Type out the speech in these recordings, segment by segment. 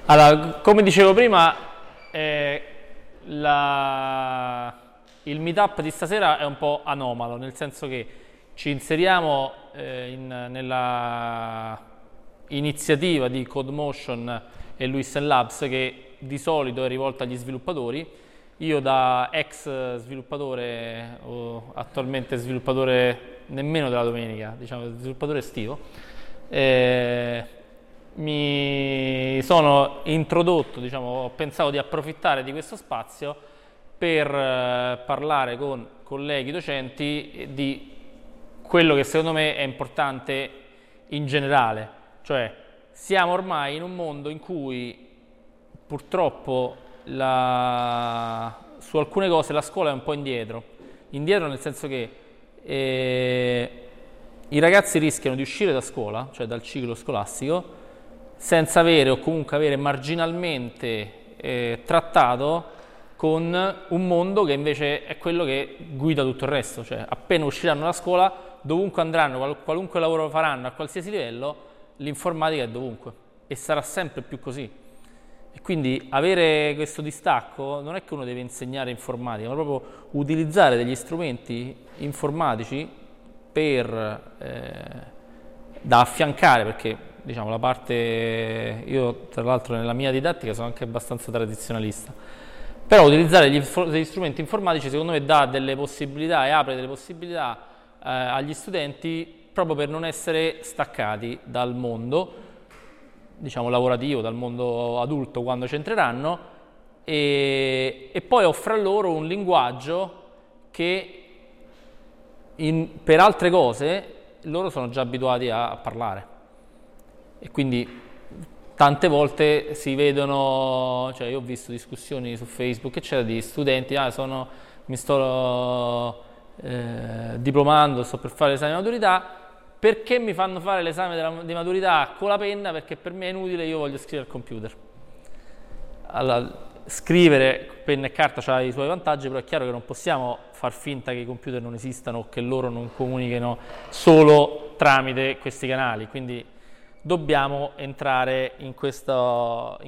Allora, come dicevo prima, il meetup di stasera è un po' anomalo, nel senso che ci inseriamo nella iniziativa di CodeMotion e Lewis Labs, che di solito è rivolta agli sviluppatori. Io, da ex sviluppatore, o attualmente sviluppatore nemmeno della domenica, diciamo sviluppatore estivo, mi sono introdotto, ho pensato di approfittare di questo spazio per parlare con colleghi docenti di quello che secondo me è importante in generale. Cioè, siamo ormai in un mondo in cui purtroppo su alcune cose la scuola è un po' indietro nel senso che i ragazzi rischiano di uscire da scuola, cioè dal ciclo scolastico, senza avere, o comunque avere marginalmente trattato con un mondo che invece è quello che guida tutto il resto. Cioè, appena usciranno da scuola, dovunque andranno, qualunque lavoro faranno, a qualsiasi livello, l'informatica è dovunque e sarà sempre più così. E quindi avere questo distacco non è che uno deve insegnare informatica, ma proprio utilizzare degli strumenti informatici da affiancare, perché la parte, io tra l'altro nella mia didattica sono anche abbastanza tradizionalista, però utilizzare degli strumenti informatici secondo me dà delle possibilità e apre delle possibilità agli studenti, proprio per non essere staccati dal mondo lavorativo, dal mondo adulto quando ci entreranno, e poi offre a loro un linguaggio che per altre cose loro sono già abituati a parlare. E quindi tante volte si vedono, io ho visto discussioni su Facebook eccetera di studenti, mi sto diplomando, sto per fare l'esame di maturità, perché mi fanno fare l'esame di maturità con la penna? Perché per me è inutile, io voglio scrivere al computer. Allora, scrivere penna e carta ha i suoi vantaggi, però è chiaro che non possiamo far finta che i computer non esistano o che loro non comunichino solo tramite questi canali, quindi dobbiamo entrare in questo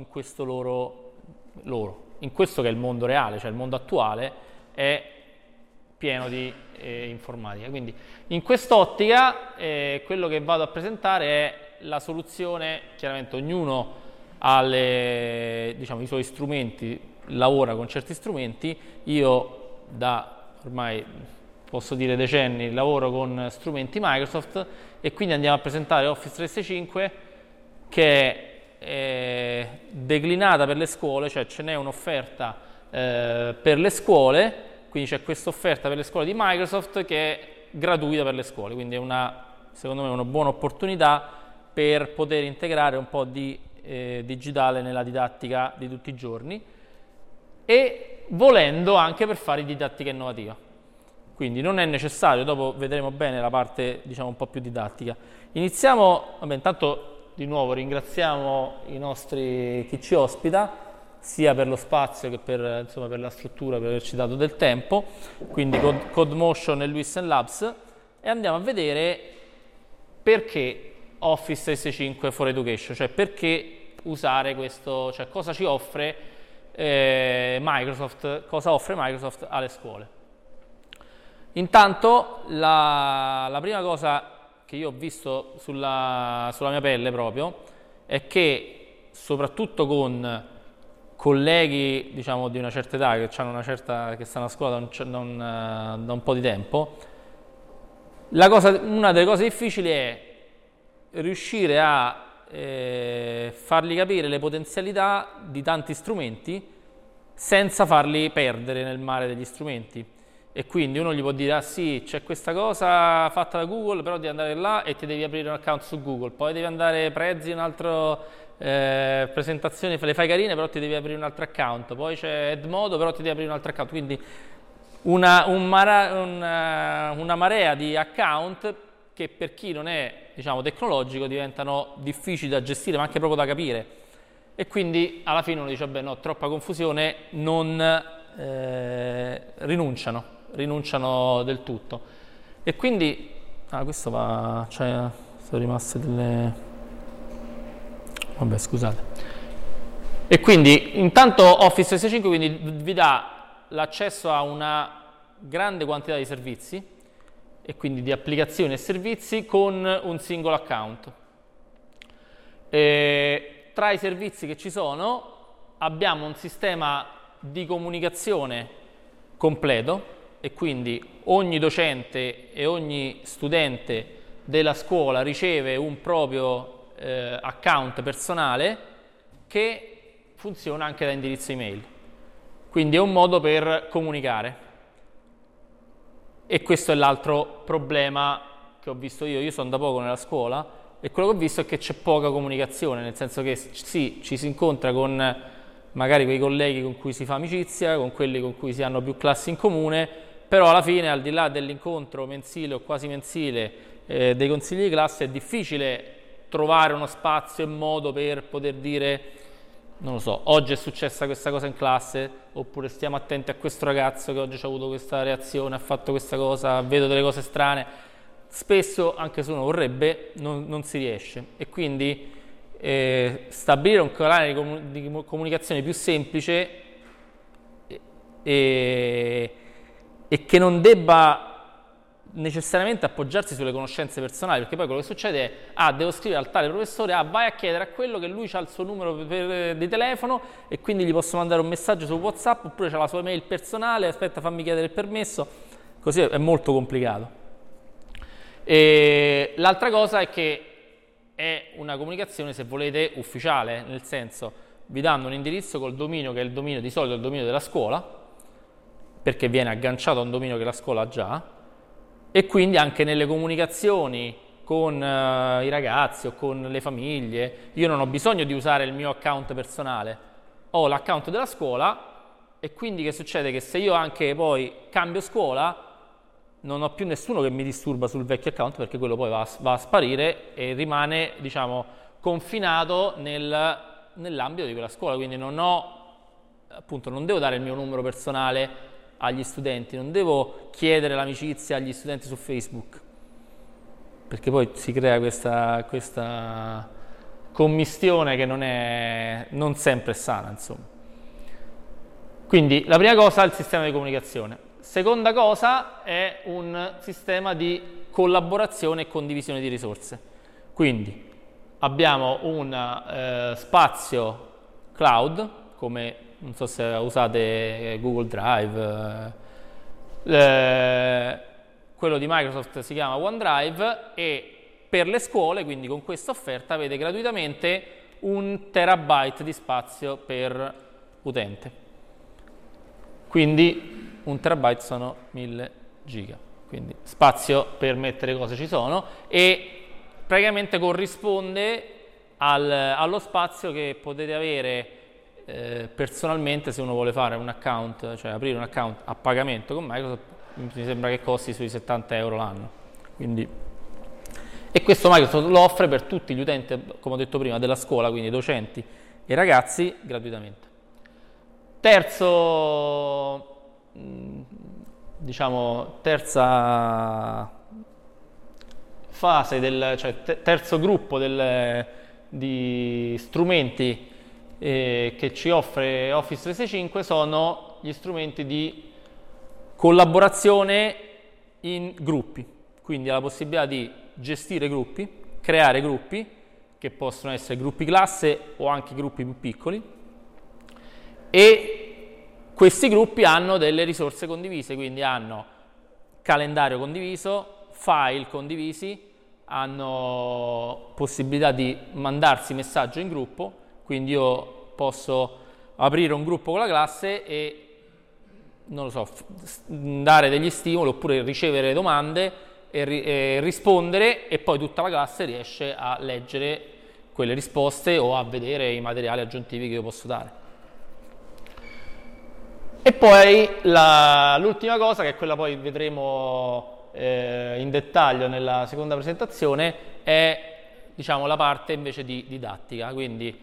in questo che è il mondo reale, cioè il mondo attuale è pieno di informatica. Quindi in quest'ottica quello che vado a presentare è la soluzione. Chiaramente ognuno ha i suoi strumenti, lavora con certi strumenti. Io da ormai, posso dire, decenni lavoro con strumenti Microsoft, e quindi andiamo a presentare Office 365, che è declinata per le scuole, cioè ce n'è un'offerta per le scuole, quindi c'è questa offerta per le scuole di Microsoft che è gratuita per le scuole, quindi è secondo me una buona opportunità per poter integrare un po' di digitale nella didattica di tutti i giorni, e volendo anche per fare didattica innovativa. Quindi non è necessario, dopo vedremo bene la parte un po' più didattica. Iniziamo, intanto di nuovo ringraziamo chi ci ospita, sia per lo spazio che per la struttura, per averci dato del tempo, quindi CodeMotion e Lewis Labs, e andiamo a vedere perché Office 365 for Education, cioè perché usare questo, cioè cosa ci offre Microsoft, cosa offre Microsoft alle scuole. Intanto la prima cosa che io ho visto sulla mia pelle proprio è che, soprattutto con colleghi di una certa età, che stanno a scuola da un po' di tempo, una delle cose difficili è riuscire a fargli capire le potenzialità di tanti strumenti senza farli perdere nel mare degli strumenti. E quindi uno gli può dire: ah sì, c'è questa cosa fatta da Google, però devi andare là e ti devi aprire un account su Google, poi devi andare Prezi, presentazioni, le fai carine, però ti devi aprire un altro account, poi c'è Edmodo, però ti devi aprire un altro account. Quindi una marea di account che per chi non è tecnologico diventano difficili da gestire, ma anche proprio da capire, e quindi alla fine uno dice: vabbè, no, troppa confusione, non rinunciano del tutto. E quindi questo sono rimaste delle, vabbè, scusate, E quindi intanto Office 365 quindi vi dà l'accesso a una grande quantità di servizi e quindi di applicazioni e servizi con un singolo account. Tra i servizi che ci sono abbiamo un sistema di comunicazione completo e quindi ogni docente e ogni studente della scuola riceve un proprio account personale che funziona anche da indirizzo email. Quindi è un modo per comunicare. E questo è l'altro problema che ho visto io. Io sono da poco nella scuola e quello che ho visto è che c'è poca comunicazione, nel senso che sì, ci si incontra con magari quei colleghi con cui si fa amicizia, con quelli con cui si hanno più classi in comune, però alla fine, al di là dell'incontro mensile o quasi mensile dei consigli di classe, è difficile trovare uno spazio e modo per poter dire, non lo so, oggi è successa questa cosa in classe, oppure stiamo attenti a questo ragazzo che oggi ha avuto questa reazione, ha fatto questa cosa, vedo delle cose strane. Spesso, anche se uno vorrebbe, non si riesce. E quindi stabilire un canale di comunicazione più semplice e che non debba necessariamente appoggiarsi sulle conoscenze personali, perché poi quello che succede è devo scrivere al tale professore, vai a chiedere a quello che lui ha il suo numero di telefono e quindi gli posso mandare un messaggio su WhatsApp, oppure c'ha la sua mail personale, aspetta fammi chiedere il permesso, così è molto complicato. E l'altra cosa è che è una comunicazione, se volete, ufficiale, nel senso vi danno un indirizzo col dominio che è il dominio, di solito il dominio della scuola, perché viene agganciato a un dominio che la scuola ha già, e quindi anche nelle comunicazioni con i ragazzi o con le famiglie io non ho bisogno di usare il mio account personale, ho l'account della scuola e quindi che succede? Che se io anche poi cambio scuola non ho più nessuno che mi disturba sul vecchio account, perché quello poi va a sparire e rimane, diciamo, confinato nell'ambito di quella scuola, quindi non devo dare il mio numero personale agli studenti, non devo chiedere l'amicizia agli studenti su Facebook, perché poi si crea questa commistione che non sempre è sana, insomma. Quindi la prima cosa è il sistema di comunicazione. Seconda cosa è un sistema di collaborazione e condivisione di risorse. Quindi abbiamo un spazio cloud, come non so se usate Google Drive, quello di Microsoft si chiama OneDrive, e per le scuole, quindi con questa offerta, avete gratuitamente 1 terabyte di spazio per utente. Quindi 1 terabyte sono 1000 giga, quindi spazio per mettere cose ci sono, e praticamente corrisponde allo spazio che potete avere personalmente se uno vuole fare un account, cioè aprire un account a pagamento con Microsoft. Mi sembra che costi sui 70 euro l'anno. Quindi, e questo Microsoft lo offre per tutti gli utenti, come ho detto prima, della scuola, quindi docenti e ragazzi, gratuitamente. Terza fase, terzo gruppo di strumenti che ci offre Office 365 sono gli strumenti di collaborazione in gruppi, quindi la possibilità di gestire gruppi, creare gruppi, che possono essere gruppi classe o anche gruppi più piccoli, e questi gruppi hanno delle risorse condivise, quindi hanno calendario condiviso, file condivisi, hanno possibilità di mandarsi messaggio in gruppo, quindi io posso aprire un gruppo con la classe e, non lo so, dare degli stimoli oppure ricevere domande e rispondere, e poi tutta la classe riesce a leggere quelle risposte o a vedere i materiali aggiuntivi che io posso dare. E poi l'ultima cosa, che è quella poi vedremo in dettaglio nella seconda presentazione, è, diciamo, la parte invece di didattica, quindi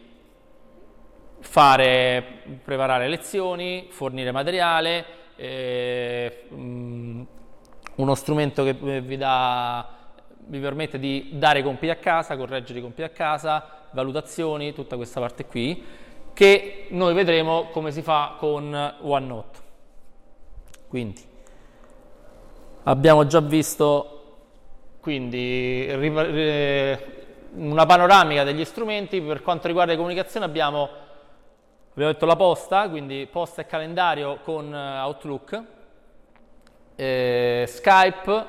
preparare lezioni, fornire materiale, uno strumento che vi permette di dare compiti a casa, correggere i compiti a casa, valutazioni, tutta questa parte qui, che noi vedremo come si fa con OneNote. Quindi abbiamo già visto una panoramica degli strumenti. Per quanto riguarda le comunicazioni abbiamo detto la posta, quindi posta e calendario con Outlook, Skype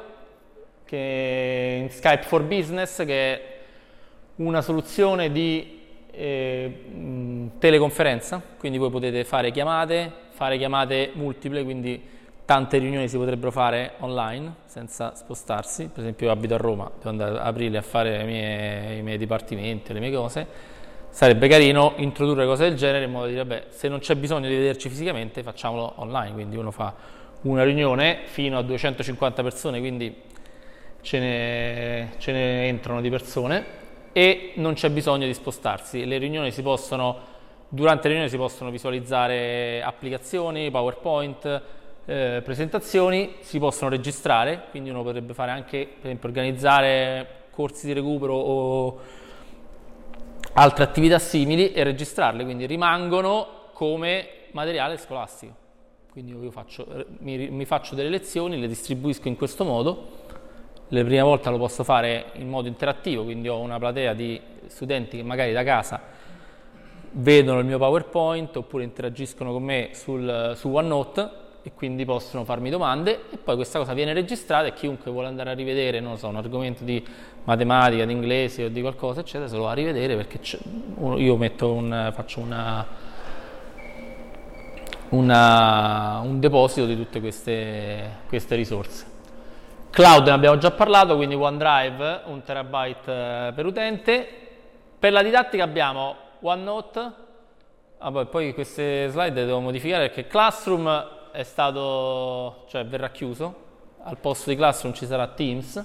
for Business, che è una soluzione di teleconferenza, quindi voi potete fare chiamate multiple, quindi tante riunioni si potrebbero fare online senza spostarsi. Per esempio io abito a Roma, devo andare a aprile a fare i miei dipartimenti, le mie cose. Sarebbe carino introdurre cose del genere in modo di dire, vabbè, se non c'è bisogno di vederci fisicamente facciamolo online, quindi uno fa una riunione fino a 250 persone, quindi ce ne entrano di persone e non c'è bisogno di spostarsi. Durante le riunioni si possono visualizzare applicazioni, PowerPoint, presentazioni, si possono registrare, quindi uno potrebbe fare anche, per esempio, organizzare corsi di recupero o altre attività simili e registrarle, quindi rimangono come materiale scolastico. Quindi io mi faccio delle lezioni, le distribuisco in questo modo. La prima volta lo posso fare in modo interattivo, quindi ho una platea di studenti che magari da casa vedono il mio PowerPoint oppure interagiscono con me su OneNote e quindi possono farmi domande, e poi questa cosa viene registrata e chiunque vuole andare a rivedere, non so, un argomento di matematica, di inglese o di qualcosa eccetera, se lo va a rivedere, perché io faccio un deposito di tutte queste risorse. Cloud ne abbiamo già parlato, quindi OneDrive 1 terabyte per utente. Per la didattica abbiamo OneNote, poi queste slide le devo modificare perché Classroom verrà chiuso, al posto di Classroom ci sarà Teams.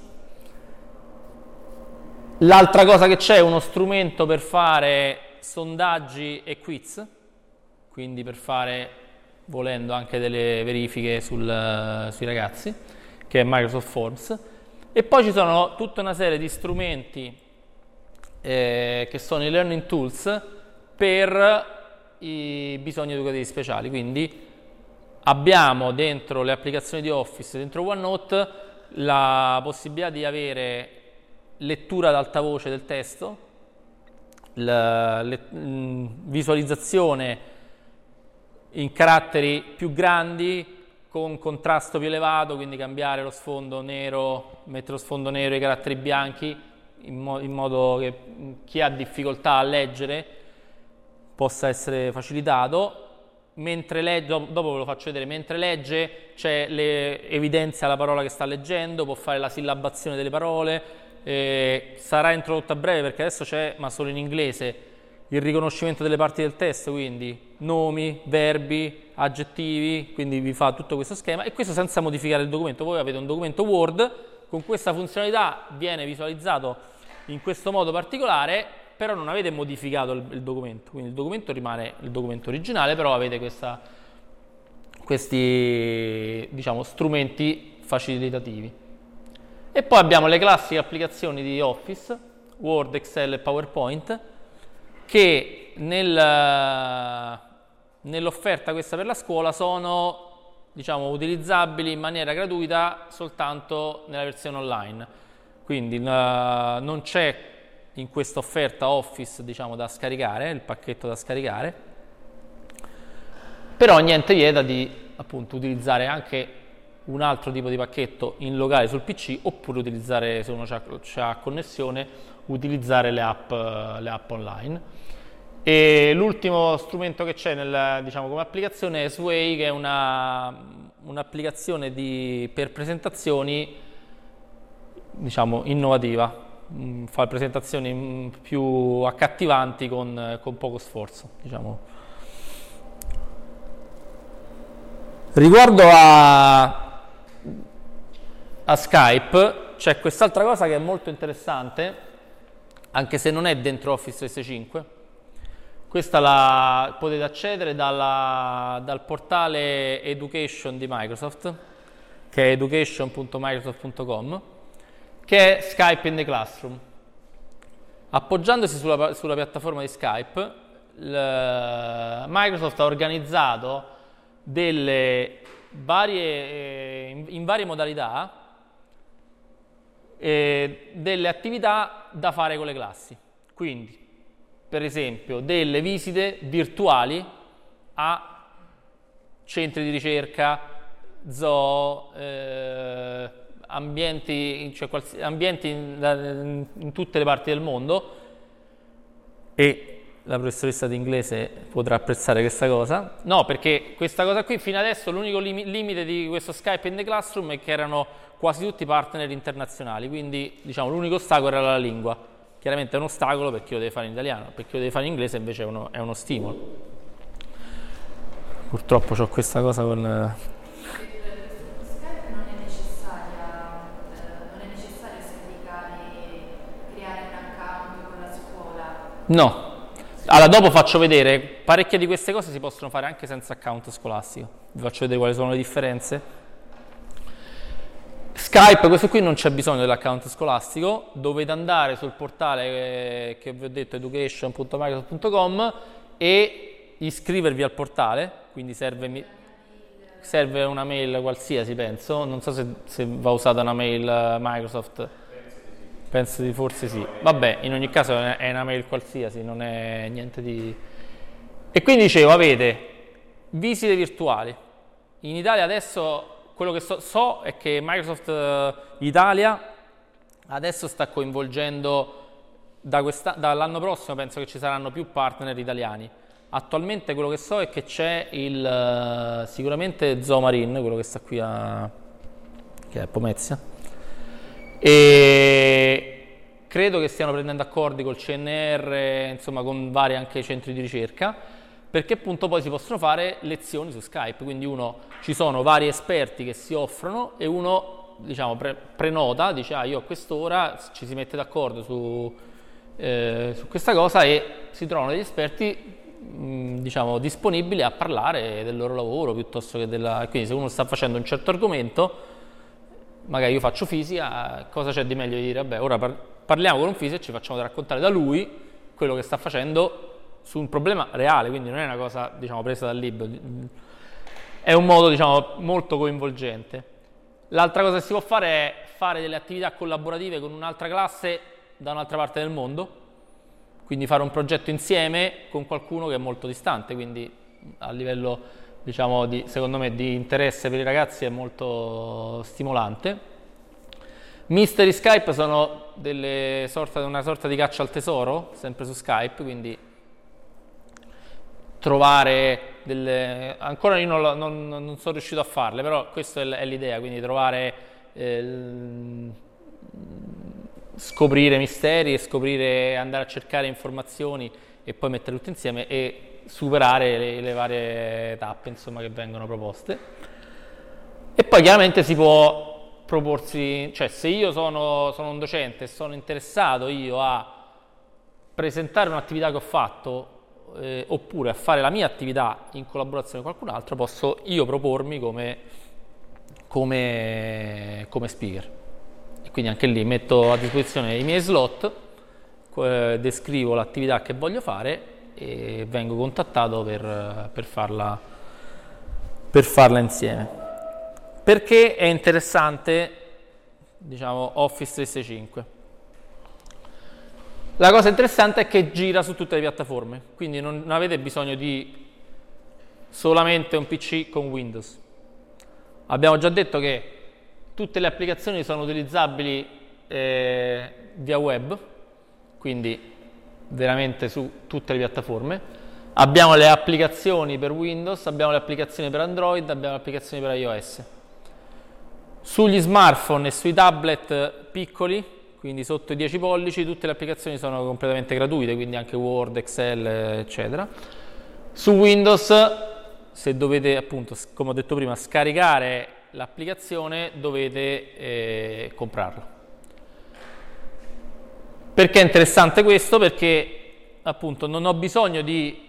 L'altra cosa che c'è è uno strumento per fare sondaggi e quiz, quindi per fare, volendo, anche delle verifiche sui ragazzi, che è Microsoft Forms. E poi ci sono tutta una serie di strumenti che sono i Learning Tools per i bisogni educativi speciali, quindi abbiamo dentro le applicazioni di Office, dentro OneNote, la possibilità di avere lettura ad alta voce del testo, visualizzazione in caratteri più grandi con contrasto più elevato, quindi cambiare lo sfondo nero, mettere lo sfondo nero e i caratteri bianchi in modo che chi ha difficoltà a leggere possa essere facilitato. Mentre legge, dopo ve lo faccio vedere, mentre legge evidenzia la parola che sta leggendo, può fare la sillabazione delle parole, sarà introdotto a breve perché adesso c'è, ma solo in inglese, il riconoscimento delle parti del testo, quindi nomi, verbi, aggettivi, quindi vi fa tutto questo schema, e questo senza modificare il documento. Voi avete un documento Word, con questa funzionalità viene visualizzato in questo modo particolare, però non avete modificato il documento, quindi il documento rimane il documento originale, però avete questi, diciamo, strumenti facilitativi. E poi abbiamo le classiche applicazioni di Office, Word, Excel e PowerPoint, che nell'offerta questa per la scuola sono, diciamo, utilizzabili in maniera gratuita soltanto nella versione online. Quindi non c'è in questa offerta Office, diciamo, da scaricare, il pacchetto da scaricare, però niente vieta di, appunto, utilizzare anche un altro tipo di pacchetto in locale sul PC, oppure utilizzare, se uno c'ha connessione, utilizzare le app online. E l'ultimo strumento che c'è diciamo, come applicazione è Sway, che è un'applicazione per presentazioni, diciamo, innovativa. Fa presentazioni più accattivanti con poco sforzo, diciamo. Riguardo a Skype c'è quest'altra cosa che è molto interessante, anche se non è dentro Office 365. Questa potete accedere dal portale Education di Microsoft, che è education.microsoft.com, che è Skype in the Classroom. Appoggiandosi sulla piattaforma di Skype, Microsoft ha organizzato delle varie, in varie modalità delle attività da fare con le classi. Quindi, per esempio, delle visite virtuali a centri di ricerca, zoo, ambienti, cioè ambienti in tutte le parti del mondo, e la professoressa di inglese potrà apprezzare questa cosa. No, perché questa cosa qui fino adesso l'unico limite di questo Skype in the Classroom è che erano quasi tutti partner internazionali, quindi diciamo l'unico ostacolo era la lingua. Chiaramente è un ostacolo per chi lo deve fare in italiano, per chi lo deve fare in inglese invece è uno stimolo. Purtroppo ho questa cosa con... Skype non è necessario scaricare, creare un account con la scuola. No. Allora, dopo faccio vedere, parecchie di queste cose si possono fare anche senza account scolastico. Vi faccio vedere quali sono le differenze. Skype, questo qui non c'è bisogno dell'account scolastico, dovete andare sul portale che vi ho detto, education.microsoft.com, e iscrivervi al portale, quindi serve una mail qualsiasi, penso, non so se va usata una mail Microsoft. Penso di forse sì. Vabbè, in ogni caso è una mail qualsiasi, non è niente di... E quindi dicevo, avete visite virtuali. In Italia adesso, quello che so è che Microsoft Italia adesso sta coinvolgendo, dall'anno prossimo penso che ci saranno più partner italiani. Attualmente quello che so è che c'è sicuramente Zoo Marine, quello che sta qui che è Pomezia. E credo che stiano prendendo accordi col CNR, insomma con vari anche centri di ricerca, perché appunto poi si possono fare lezioni su Skype, quindi ci sono vari esperti che si offrono e uno diciamo prenota, dice io a quest'ora ci si mette d'accordo su questa cosa e si trovano degli esperti diciamo disponibili a parlare del loro lavoro piuttosto che quindi se uno sta facendo un certo argomento, magari io faccio fisica, cosa c'è di meglio di dire vabbè ora parliamo con un fisico e ci facciamo raccontare da lui quello che sta facendo su un problema reale, quindi non è una cosa diciamo presa dal libro, è un modo diciamo molto coinvolgente. L'altra cosa che si può fare è fare delle attività collaborative con un'altra classe da un'altra parte del mondo, quindi fare un progetto insieme con qualcuno che è molto distante, quindi a livello diciamo secondo me di interesse per i ragazzi è molto stimolante. Mystery Skype sono una sorta di caccia al tesoro, sempre su Skype, quindi trovare ancora io non sono riuscito a farle, però questa è l'idea, quindi trovare scoprire misteri e andare a cercare informazioni e poi mettere tutto insieme e superare le varie tappe insomma che vengono proposte. E poi chiaramente si può proporsi, cioè se io sono un docente e sono interessato io a presentare un'attività che ho fatto oppure a fare la mia attività in collaborazione con qualcun altro, posso io propormi come speaker. E quindi anche lì metto a disposizione i miei slot, descrivo l'attività che voglio fare e vengo contattato per farla insieme. Perché è interessante, diciamo, Office 365? La cosa interessante è che gira su tutte le piattaforme, quindi non avete bisogno di solamente un PC con Windows. Abbiamo già detto che tutte le applicazioni sono utilizzabili via web, quindi veramente su tutte le piattaforme. Abbiamo le applicazioni per Windows, abbiamo le applicazioni per Android, abbiamo le applicazioni per iOS. Sugli smartphone e sui tablet piccoli, quindi sotto i 10 pollici, tutte le applicazioni sono completamente gratuite, quindi anche Word, Excel, eccetera. Su Windows, se dovete appunto, come ho detto prima, scaricare l'applicazione, dovete comprarla. Perché è interessante questo? Perché appunto non ho bisogno di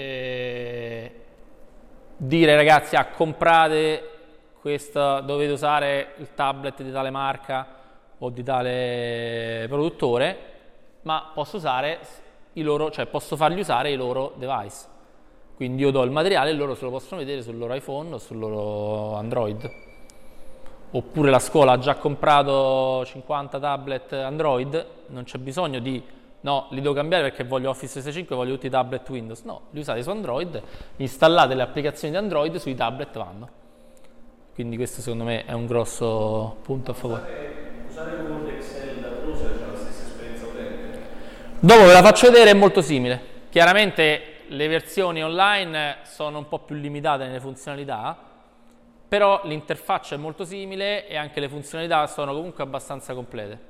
dire ai ragazzi comprate questa, dovete usare il tablet di tale marca o di tale produttore, ma posso usare cioè posso fargli usare i loro device. Quindi io do il materiale e loro se lo possono vedere sul loro iPhone o sul loro Android. Oppure la scuola ha già comprato 50 tablet Android, non c'è bisogno di no, li devo cambiare perché voglio Office 365, voglio tutti i tablet Windows. No, li usate su Android, installate le applicazioni di Android, sui tablet vanno. Quindi questo secondo me è un grosso punto a favore. Usare Word Excel da browser c'è la stessa esperienza utente? Dopo ve la faccio vedere, è molto simile. Chiaramente le versioni online sono un po' più limitate nelle funzionalità, però l'interfaccia è molto simile e anche le funzionalità sono comunque abbastanza complete.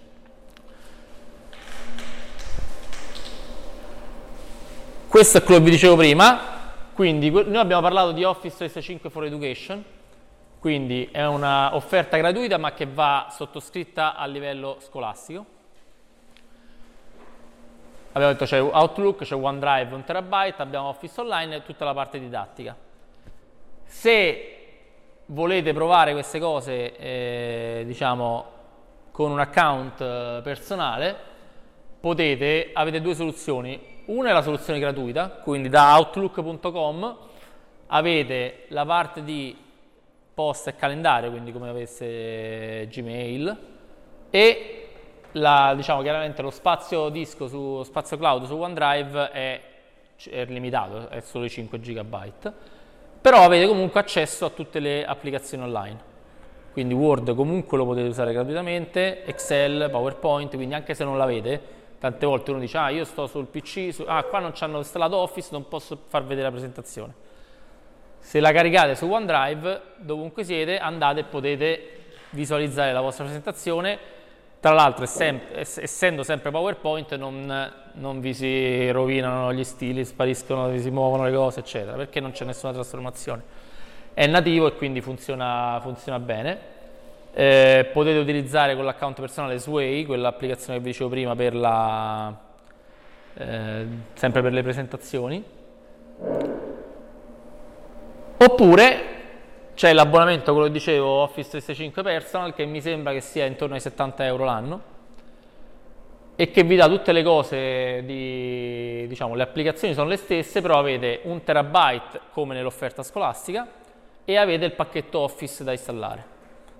Questo è quello che vi dicevo prima, quindi noi abbiamo parlato di Office 365 for Education, quindi è una offerta gratuita ma che va sottoscritta a livello scolastico. Abbiamo detto c'è Outlook, c'è OneDrive 1 terabyte, abbiamo Office Online e tutta la parte didattica. Se volete provare queste cose, diciamo, con un account personale, avete due soluzioni. Una è la soluzione gratuita, quindi da outlook.com avete la parte di post e calendario, quindi come avesse Gmail, e diciamo chiaramente lo spazio disco spazio cloud su OneDrive è limitato, è solo i 5 GB, però avete comunque accesso a tutte le applicazioni online. Quindi Word comunque lo potete usare gratuitamente, Excel, PowerPoint, quindi anche se non l'avete. Tante volte uno dice, io sto sul PC, qua non ci hanno installato Office, non posso far vedere la presentazione. Se la caricate su OneDrive, dovunque siete, andate e potete visualizzare la vostra presentazione. Tra l'altro, essendo sempre PowerPoint, non vi si rovinano gli stili, spariscono, vi si muovono le cose, eccetera, perché non c'è nessuna trasformazione. È nativo e quindi funziona bene. Potete utilizzare con l'account personale Sway, quell'applicazione che vi dicevo prima sempre per le presentazioni, oppure c'è l'abbonamento, quello che dicevo, Office 365 Personal, che mi sembra che sia intorno ai 70 euro l'anno e che vi dà tutte le cose diciamo, le applicazioni sono le stesse, però avete 1 terabyte come nell'offerta scolastica e avete il pacchetto Office da installare.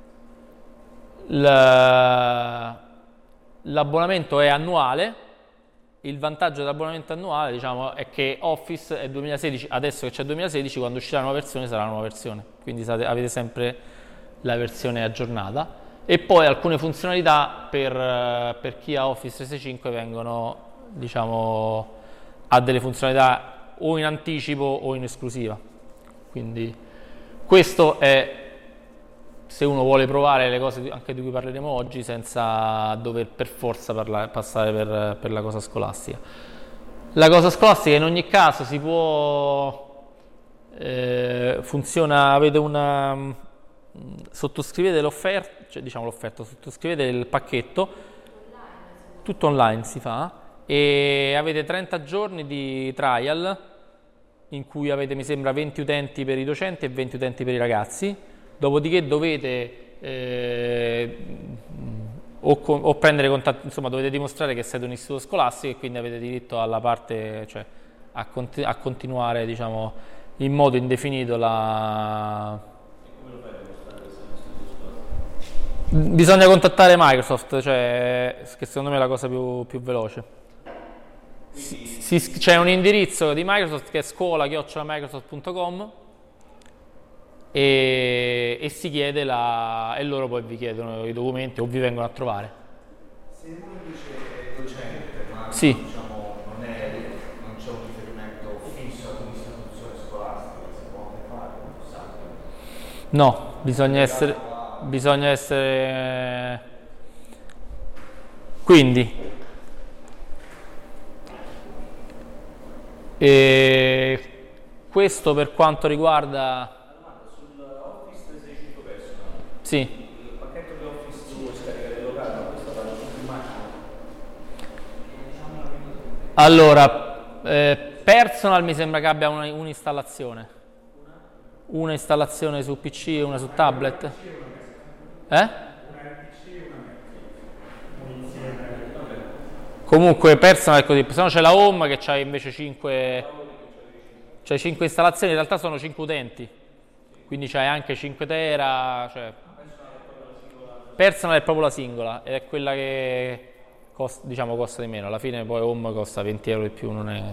L'abbonamento è annuale. Il vantaggio dell'abbonamento annuale, diciamo, è che Office è 2016, adesso che c'è 2016, quando uscirà la nuova versione sarà la nuova versione, quindi avete sempre la versione aggiornata. E poi alcune funzionalità per chi ha Office 365 vengono, diciamo, ha delle funzionalità o in anticipo o in esclusiva. Quindi questo è, se uno vuole provare le cose anche di cui parleremo oggi senza dover per forza passare per la cosa scolastica. La cosa scolastica in ogni caso si può, funziona, avete sottoscrivete l'offerta, cioè diciamo l'offerta, sottoscrivete il pacchetto, tutto online si fa, e avete 30 giorni di trial in cui avete, mi sembra, 20 utenti per i docenti e 20 utenti per i ragazzi. Dopodiché dovete o prendere contatto, insomma dovete dimostrare che siete un istituto scolastico e quindi avete diritto alla parte, cioè a continuare, diciamo, in modo indefinito la... Come lo fai a dimostrare che sei un istituto scolastico? Bisogna contattare Microsoft, cioè, che secondo me è la cosa più veloce. C'è un indirizzo di Microsoft che è scuola@microsoft.com e si chiede e loro poi vi chiedono i documenti o vi vengono a trovare. Se uno dice docente, ma sì, diciamo, non c'è un riferimento fisso ad un'istituzione scolastica, si può anche fare, non si sa. No, bisogna essere quindi questo per quanto riguarda sì. Il pacchetto di Office tu puoi scaricare il locale, ma questo vale più immagino. Allora, Personal mi sembra che abbia un'installazione. Una installazione su PC e una su tablet. Comunque personal è così, se no c'è la home che c'ha invece 5 installazioni, in realtà sono 5 utenti, quindi c'hai anche 5 tera, cioè personal è proprio la singola ed è quella che costa, diciamo, costa di meno, alla fine poi home costa 20 euro di più, non è...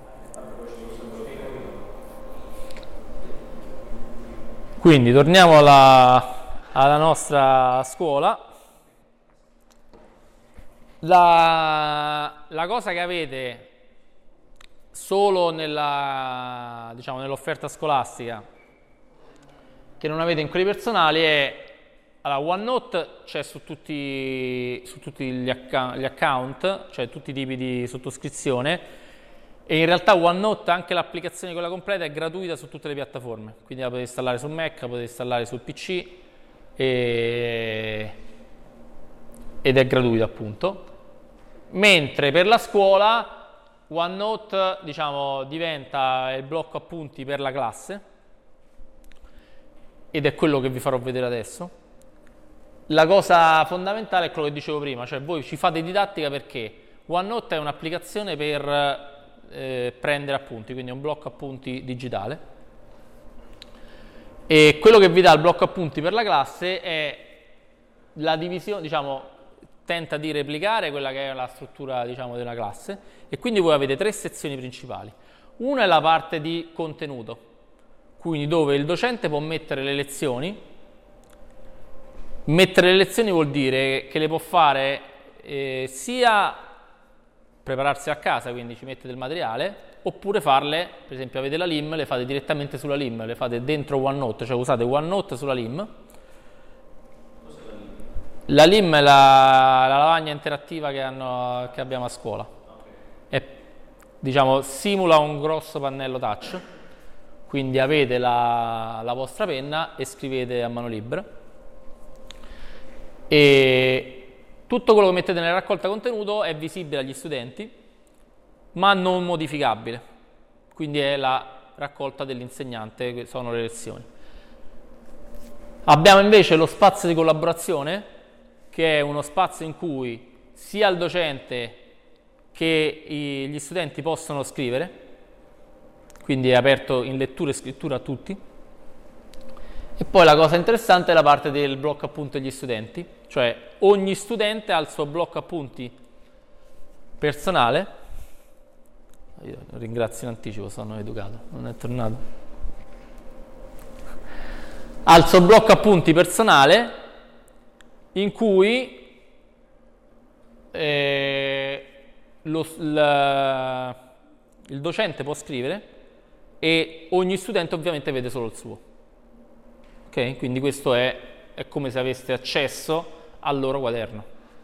Quindi torniamo alla nostra scuola. La cosa che avete solo diciamo, nell'offerta scolastica, che non avete in quelli personali, è OneNote c'è su tutti gli account, cioè tutti i tipi di sottoscrizione, e in realtà OneNote, anche l'applicazione quella completa, è gratuita su tutte le piattaforme, quindi la potete installare su Mac, la potete installare sul PC ed è gratuita appunto. Mentre per la scuola OneNote, diciamo, diventa il blocco appunti per la classe ed è quello che vi farò vedere adesso. La cosa fondamentale è quello che dicevo prima, cioè voi ci fate didattica perché OneNote è un'applicazione per prendere appunti, quindi è un blocco appunti digitale, e quello che vi dà il blocco appunti per la classe è la divisione, diciamo, tenta di replicare quella che è la struttura, diciamo, della classe, e quindi voi avete 3 sezioni principali. Una è la parte di contenuto, quindi dove il docente può mettere le lezioni. Mettere le lezioni vuol dire che le può fare sia prepararsi a casa, quindi ci mette del materiale, oppure farle, per esempio avete la LIM, le fate direttamente sulla LIM, le fate dentro OneNote, cioè usate OneNote sulla LIM. La LIM è la lavagna interattiva che abbiamo a scuola. Diciamo, simula un grosso pannello touch, quindi avete la vostra penna e scrivete a mano libera. E tutto quello che mettete nella raccolta contenuto è visibile agli studenti, ma non modificabile. Quindi è la raccolta dell'insegnante, che sono le lezioni. Abbiamo invece lo spazio di collaborazione, che è uno spazio in cui sia il docente che gli studenti possono scrivere, quindi è aperto in lettura e scrittura a tutti. E poi la cosa interessante è la parte del blocco appunti degli studenti, cioè ogni studente ha il suo blocco appunti personale. Io ringrazio in anticipo, sono educato, non è tornato. Ha il suo blocco appunti personale in cui il docente può scrivere e ogni studente ovviamente vede solo il suo. Ok? Quindi questo è come se aveste accesso al loro quaderno,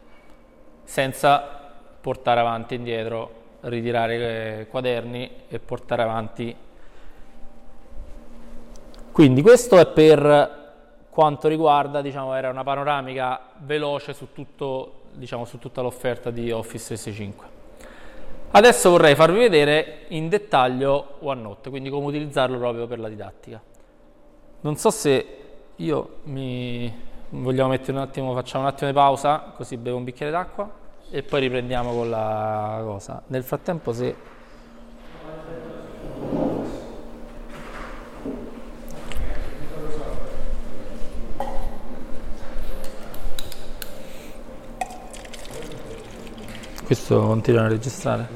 senza portare avanti e indietro, ritirare quaderni e portare avanti. Quindi questo è per quanto riguarda, diciamo, era una panoramica veloce su tutto, diciamo, su tutta l'offerta di Office 365. Adesso vorrei farvi vedere in dettaglio OneNote, quindi come utilizzarlo proprio per la didattica. Non so se vogliamo mettere un attimo, facciamo un attimo di pausa, così bevo un bicchiere d'acqua e poi riprendiamo con la cosa. Nel frattempo, se questo continua a registrare.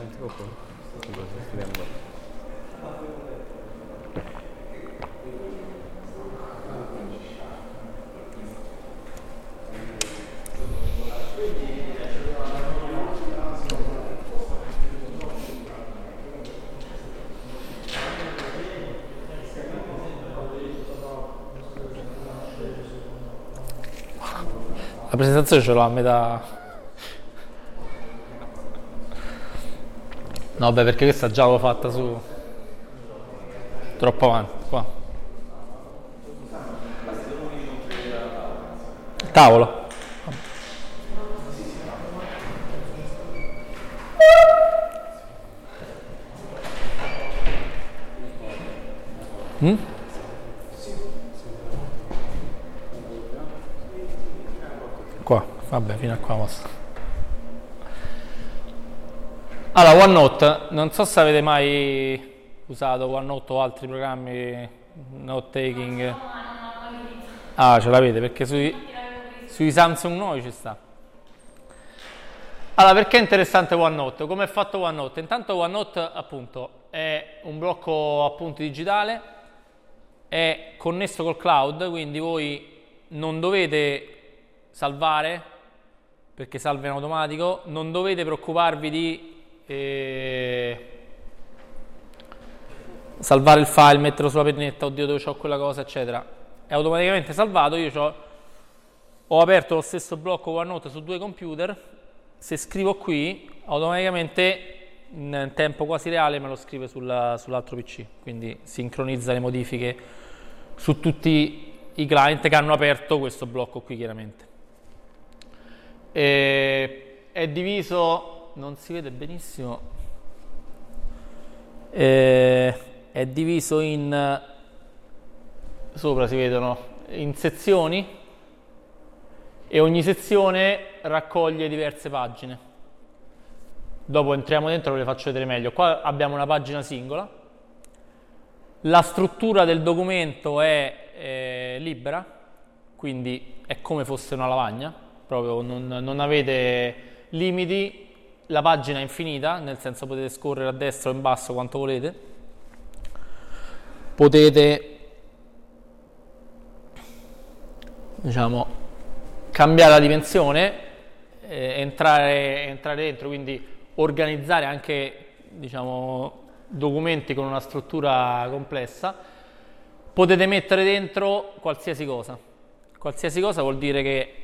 La presentazione ce l'ho a metà. No, beh, perché questa già l'ho fatta su troppo avanti, qua. Il tavolo. Qua, vabbè, fino a qua posso. Allora, OneNote, non so se avete mai usato OneNote o altri programmi note taking. Ah, ce l'avete perché sui Samsung nuovi ci sta. Allora, perché è interessante OneNote? Come è fatto OneNote? Intanto OneNote appunto è un blocco appunti digitale, è connesso col cloud, quindi voi non dovete salvare perché salva in automatico, non dovete preoccuparvi di salvare il file, metterlo sulla pennetta, oddio dove c'ho quella cosa eccetera, è automaticamente salvato. Io ho aperto lo stesso blocco OneNote su 2 computer, se scrivo qui automaticamente in tempo quasi reale me lo scrive sull'altro PC, quindi sincronizza le modifiche su tutti i client che hanno aperto questo blocco qui chiaramente. È diviso, non si vede benissimo, è diviso in, sopra si vedono, in sezioni e ogni sezione raccoglie diverse pagine. Dopo entriamo dentro e ve le faccio vedere meglio. Qua abbiamo una pagina singola, la struttura del documento è libera, quindi è come fosse una lavagna, proprio non avete limiti, la pagina è infinita, nel senso potete scorrere a destra o in basso quanto volete, potete diciamo cambiare la dimensione, entrare dentro, quindi organizzare anche diciamo documenti con una struttura complessa. Potete mettere dentro qualsiasi cosa. Qualsiasi cosa vuol dire che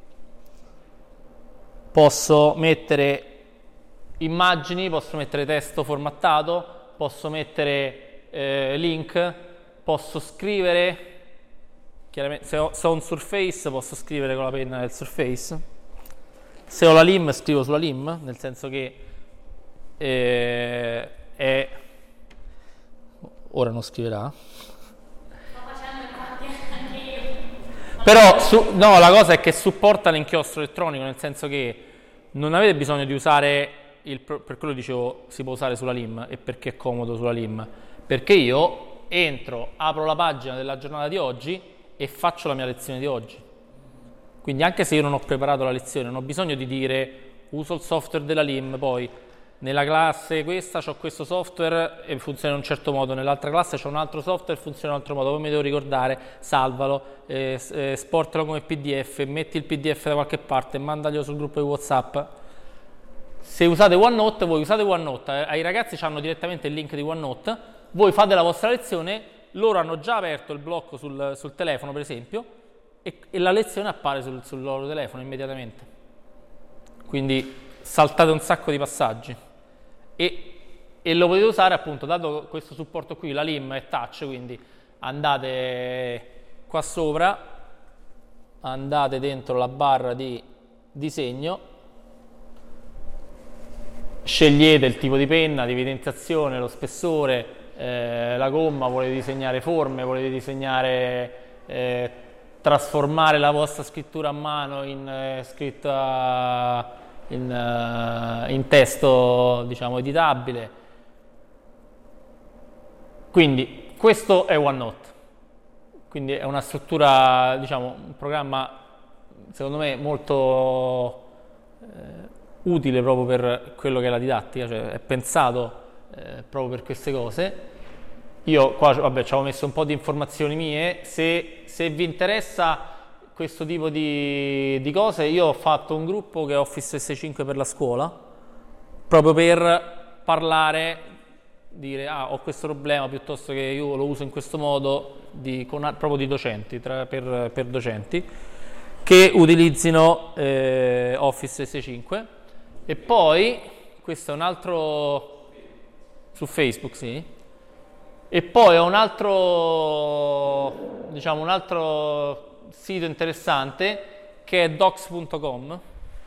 posso mettere immagini, posso mettere testo formattato, posso mettere link, posso scrivere, chiaramente se ho un Surface posso scrivere con la penna del Surface, se ho la LIM scrivo sulla LIM, nel senso che ora non scriverà. Sto facendo infatti anche io. Però no, la cosa è che supporta l'inchiostro elettronico, nel senso che non avete bisogno di usare per quello dicevo si può usare sulla LIM e perché è comodo sulla LIM, perché io entro, apro la pagina della giornata di oggi e faccio la mia lezione di oggi. Quindi anche se io non ho preparato la lezione, non ho bisogno di dire uso il software della LIM, poi nella classe questa c'ho questo software e funziona in un certo modo, nell'altra classe c'ho un altro software e funziona in un altro modo, poi mi devo ricordare, salvalo, esportalo come PDF, metti il PDF da qualche parte e mandaglielo sul gruppo di WhatsApp. Se usate OneNote, voi usate OneNote, ai ragazzi hanno direttamente il link di OneNote, voi fate la vostra lezione, loro hanno già aperto il blocco sul telefono per esempio e la lezione appare sul loro telefono immediatamente. Quindi saltate un sacco di passaggi e lo potete usare appunto, dato questo supporto qui, la LIM è touch, quindi andate qua sopra, andate dentro la barra di disegno, scegliete il tipo di penna, di evidenziazione, lo spessore, la gomma, volete disegnare forme, volete disegnare, trasformare la vostra scrittura a mano in scritta in testo, diciamo, editabile. Quindi questo è OneNote. Quindi è una struttura, diciamo, un programma secondo me molto utile proprio per quello che è la didattica, cioè è pensato proprio per queste cose. Io qua vabbè ci avevo messo un po' di informazioni mie, se vi interessa questo tipo di cose, io ho fatto un gruppo che è Office 365 per la scuola, proprio per parlare, dire ho questo problema, piuttosto che io lo uso in questo modo, proprio di docenti, per docenti che utilizzino Office 365. E poi questo è un altro su Facebook, sì. E poi ho un altro, diciamo, un altro sito interessante che è docs.com,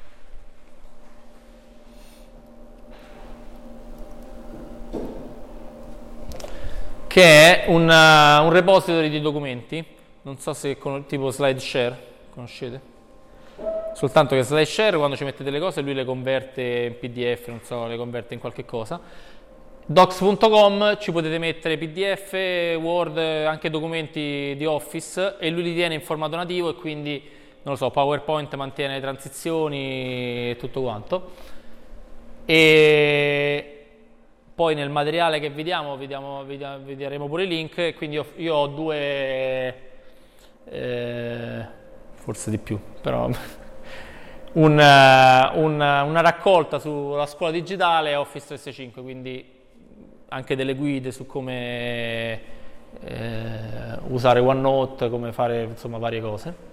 che è un repository di documenti, non so se tipo SlideShare conoscete. soltanto che SlideShare quando ci mettete le cose lui le converte in PDF, non so, le converte in qualche cosa. Docs.com ci potete mettere PDF, Word, anche documenti di Office e lui li tiene in formato nativo e quindi, non lo so, PowerPoint mantiene le transizioni e tutto quanto. E poi nel materiale che vi daremo pure i link, quindi io ho due, forse di più, però una raccolta sulla scuola digitale e Office 365, quindi anche delle guide su come usare OneNote, come fare insomma varie cose.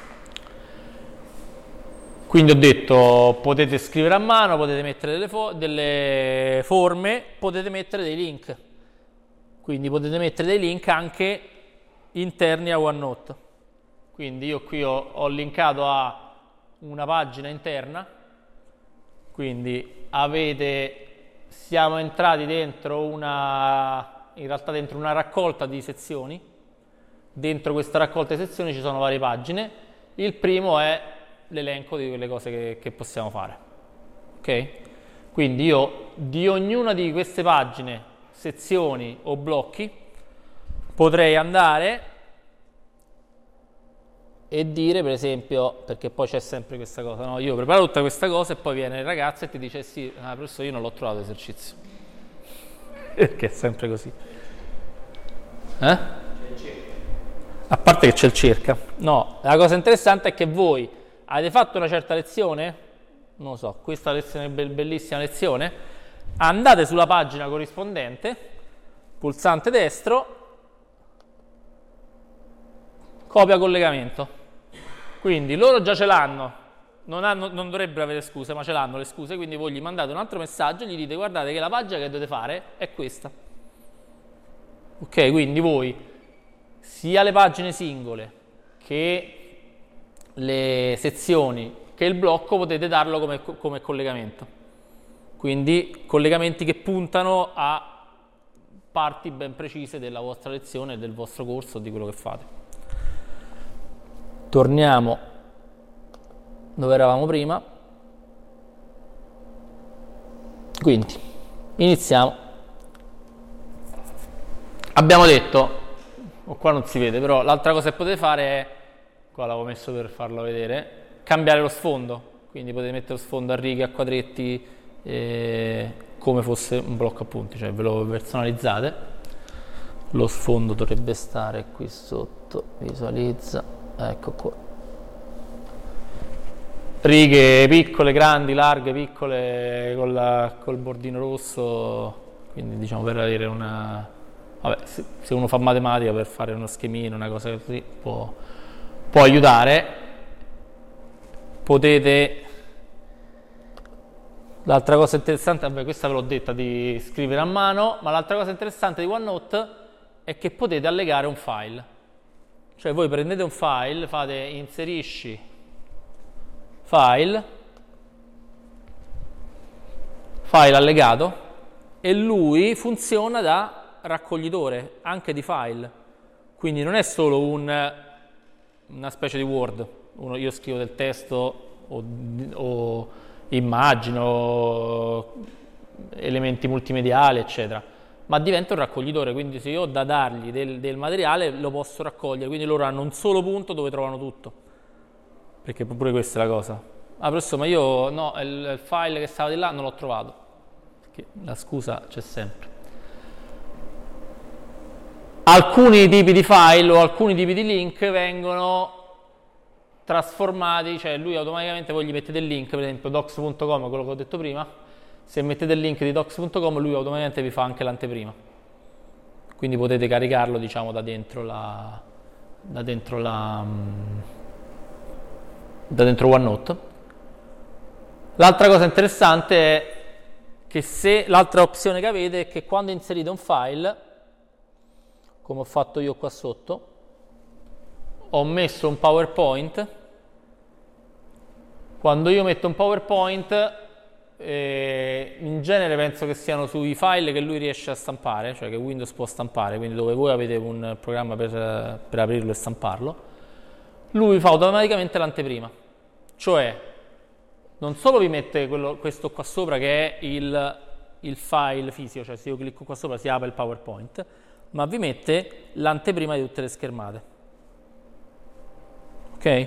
Quindi ho detto, potete scrivere a mano, potete mettere delle forme, potete mettere dei link. Quindi potete mettere dei link anche interni a OneNote. Quindi io qui ho linkato a una pagina interna, quindi siamo entrati dentro in realtà dentro una raccolta di sezioni. Dentro questa raccolta di sezioni ci sono varie pagine. Il primo è l'elenco di quelle cose che possiamo fare. Ok? Quindi io di ognuna di queste pagine, sezioni o blocchi potrei andare e dire, per esempio, perché poi c'è sempre questa cosa, no? Io preparo tutta questa cosa e poi viene il ragazzo e ti dice sì, professore, io non l'ho trovato l'esercizio. Perché è sempre così. A parte che c'è il cerca. No, la cosa interessante è che voi avete fatto una certa lezione, non lo so, questa lezione bellissima lezione, andate sulla pagina corrispondente, pulsante destro, copia collegamento. Quindi loro già ce l'hanno, non dovrebbero avere scuse, ma ce l'hanno le scuse, quindi voi gli mandate un altro messaggio e gli dite guardate che la pagina che dovete fare è questa. Ok, quindi voi sia le pagine singole che le sezioni che il blocco potete darlo come collegamento, quindi collegamenti che puntano a parti ben precise della vostra lezione, del vostro corso, di quello che fate. Torniamo dove eravamo prima, quindi iniziamo. Abbiamo detto, qua non si vede, però l'altra cosa che potete fare è, qua l'avevo messo per farlo vedere, cambiare lo sfondo, quindi potete mettere lo sfondo a righe, a quadretti, come fosse un blocco appunti, cioè ve lo personalizzate. Lo sfondo dovrebbe stare qui sotto, visualizza, ecco qua. Righe piccole, grandi, larghe, piccole, col bordino rosso, quindi diciamo per avere una... Vabbè, se uno fa matematica, per fare uno schemino, una cosa così, può aiutare. Potete, l'altra cosa interessante, vabbè, questa ve l'ho detta di scrivere a mano, ma l'altra cosa interessante di OneNote è che potete allegare un file. Cioè voi prendete un file, fate inserisci file allegato e lui funziona da raccoglitore anche di file, quindi non è solo una specie di Word, io scrivo del testo o immagini o elementi multimediali eccetera, ma diventa un raccoglitore, quindi se io ho da dargli del materiale lo posso raccogliere, quindi loro hanno un solo punto dove trovano tutto, perché pure questa è la cosa. Professore, ma io no, il file che stava di là non l'ho trovato, perché la scusa c'è sempre. Alcuni tipi di file o alcuni tipi di link vengono trasformati, cioè lui automaticamente, voi gli mettete il link, per esempio docs.com, quello che ho detto prima, se mettete il link di docs.com lui automaticamente vi fa anche l'anteprima, quindi potete caricarlo diciamo da dentro OneNote. L'altra cosa interessante è che l'altra opzione che avete è che quando inserite un file, come ho fatto io qua sotto, ho messo un PowerPoint. Quando io metto un PowerPoint, in genere penso che siano sui file che lui riesce a stampare, cioè che Windows può stampare, quindi dove voi avete un programma per aprirlo e stamparlo, lui fa automaticamente l'anteprima. Cioè, non solo vi mette questo qua sopra che è il file fisico, cioè se io clicco qua sopra si apre il PowerPoint, ma vi mette l'anteprima di tutte le schermate. Ok?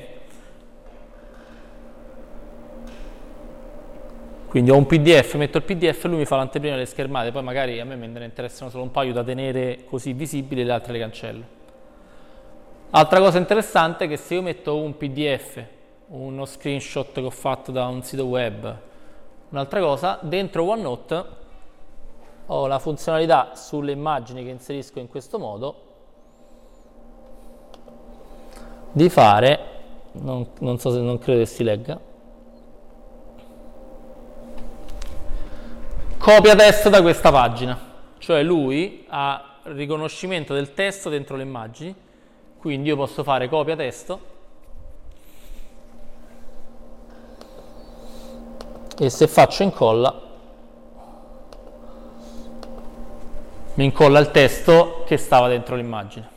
Quindi ho un PDF, metto il PDF e lui mi fa l'anteprima delle schermate, poi magari a me ne interessano solo un paio da tenere così visibili e le altre le cancello. Altra cosa interessante è che se io metto un PDF, uno screenshot che ho fatto da un sito web, un'altra cosa, dentro OneNote ho la funzionalità sulle immagini che inserisco in questo modo di fare, non so se non credo che si legga, copia testo da questa pagina, cioè lui ha riconoscimento del testo dentro le immagini, quindi io posso fare copia testo e se faccio incolla mi incolla il testo che stava dentro l'immagine.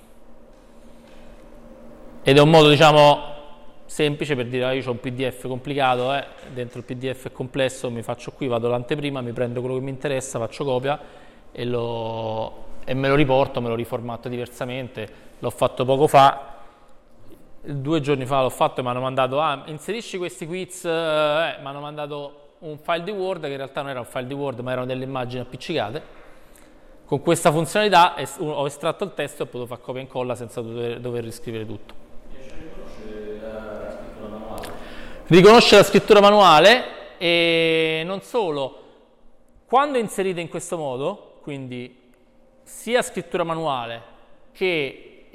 Ed è un modo, diciamo, semplice per dire io ho un PDF complicato, dentro il PDF è complesso, mi faccio qui, vado all'anteprima, mi prendo quello che mi interessa, faccio copia e me lo riporto, me lo riformatto diversamente. L'ho fatto poco fa, 2 giorni fa l'ho fatto e mi hanno mandato inserisci questi quiz, mi hanno mandato un file di Word che in realtà non era un file di Word ma erano delle immagini appiccicate. Con questa funzionalità ho estratto il testo e ho potuto fare copia e incolla senza dover riscrivere tutto. Riconosce la scrittura manuale e non solo, quando inserite in questo modo, quindi sia scrittura manuale che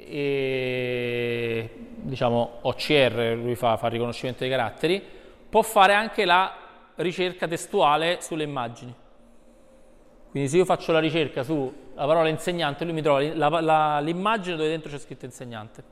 diciamo OCR, lui fa riconoscimento dei caratteri, può fare anche la ricerca testuale sulle immagini. Quindi se io faccio la ricerca sulla parola insegnante, lui mi trova l'immagine dove dentro c'è scritto insegnante.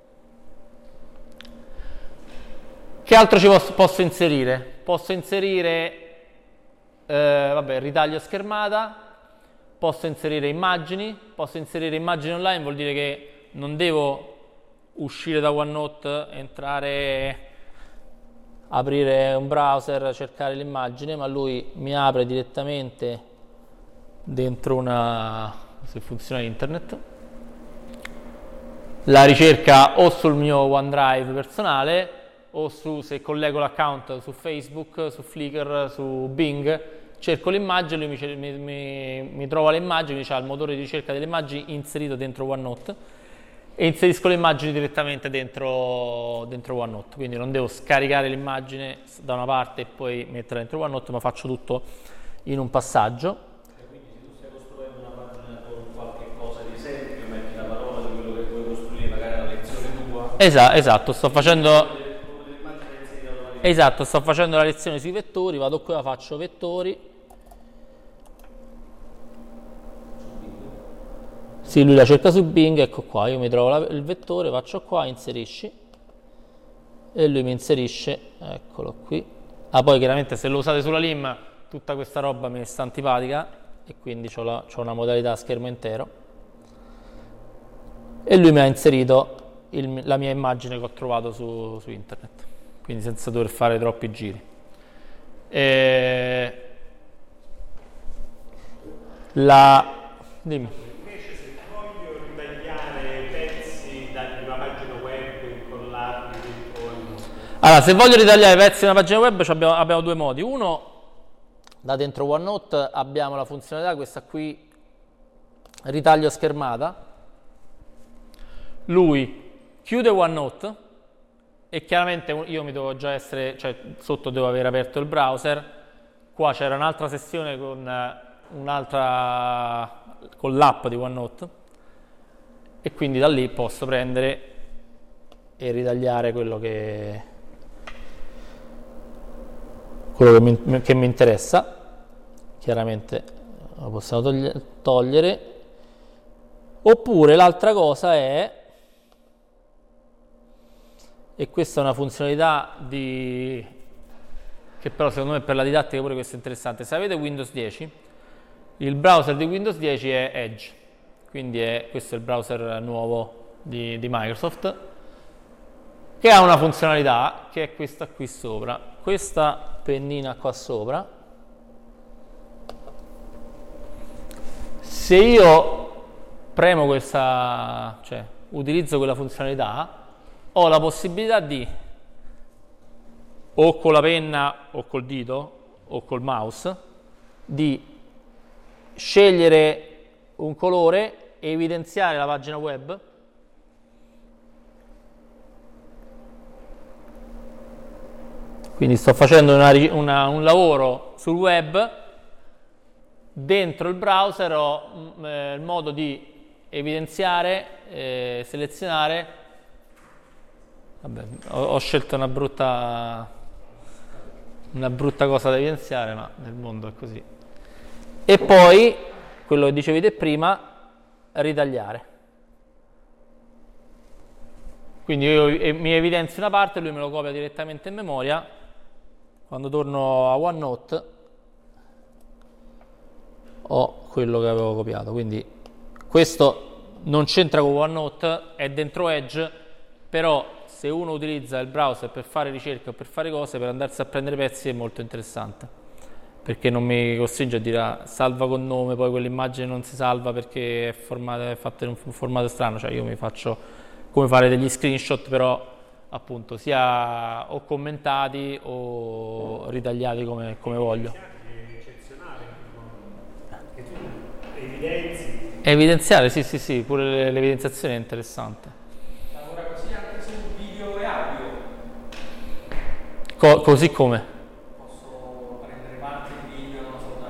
Che altro ci posso inserire? Posso inserire ritaglio schermata, posso inserire immagini online, vuol dire che non devo uscire da OneNote, entrare, aprire un browser, cercare l'immagine, ma lui mi apre direttamente dentro se funziona internet, la ricerca o sul mio OneDrive personale o se collego l'account su Facebook, su Flickr, su Bing, cerco l'immagine, lui mi trova le immagini, c'ha il motore di ricerca delle immagini inserito dentro OneNote e inserisco le immagini direttamente dentro OneNote, quindi non devo scaricare l'immagine da una parte e poi metterla dentro OneNote, ma faccio tutto in un passaggio. E quindi se tu stai costruendo una pagina con qualche cosa di esempio, metti la parola di quello che vuoi costruire, magari la lezione tua. Esatto, sto facendo la lezione sui vettori, vado qua, faccio vettori. Sì, lui la cerca su Bing, ecco qua, io mi trovo il vettore, faccio qua, inserisci, e lui mi inserisce, eccolo qui. Poi chiaramente se lo usate sulla LIM, tutta questa roba mi sta antipatica, e quindi ho una modalità schermo intero. E lui mi ha inserito la mia immagine che ho trovato su internet. Quindi senza dover fare troppi giri. Dimmi. Invece se voglio ritagliare pezzi da una pagina web e incollarli dentro Allora, se voglio ritagliare pezzi da una pagina web abbiamo 2 modi. Uno, da dentro OneNote abbiamo la funzionalità, questa qui, ritaglio schermata. Lui chiude OneNote e chiaramente io mi devo già cioè sotto devo aver aperto il browser. Qua c'era un'altra sessione con l'app di OneNote e quindi da lì posso prendere e ritagliare quello che mi interessa. Chiaramente lo possiamo togliere. Oppure l'altra cosa è, e questa è una funzionalità che però secondo me per la didattica pure questo è interessante, se avete Windows 10, il browser di Windows 10 è Edge, quindi questo è il browser nuovo di Microsoft. che ha una funzionalità che è questa qui sopra, questa pennina qua sopra. Se io premo questa, cioè utilizzo quella funzionalità, ho la possibilità di, o con la penna o col dito o col mouse, di scegliere un colore e evidenziare la pagina web. Quindi sto facendo un lavoro sul web, dentro il browser ho il modo di evidenziare, selezionare. Vabbè, ho scelto una brutta cosa da evidenziare, ma nel mondo è così. E poi, quello che dicevi te prima, ritagliare. Quindi io mi evidenzio una parte, lui me lo copia direttamente in memoria. Quando torno a OneNote ho quello che avevo copiato. Quindi questo non c'entra con OneNote, è dentro Edge, però se uno utilizza il browser per fare ricerche o per fare cose, per andarsi a prendere pezzi è molto interessante, perché non mi costringe a dire salva con nome, poi quell'immagine non si salva perché è fatta in un formato strano. Cioè io mi faccio come fare degli screenshot, però appunto sia o commentati o ritagliati come voglio. È eccezionale, che tu evidenzi. Evidenziare, sì, pure l'evidenziazione è interessante. Lavora così anche su video e audio. Così come? Posso prendere parte di video, non so,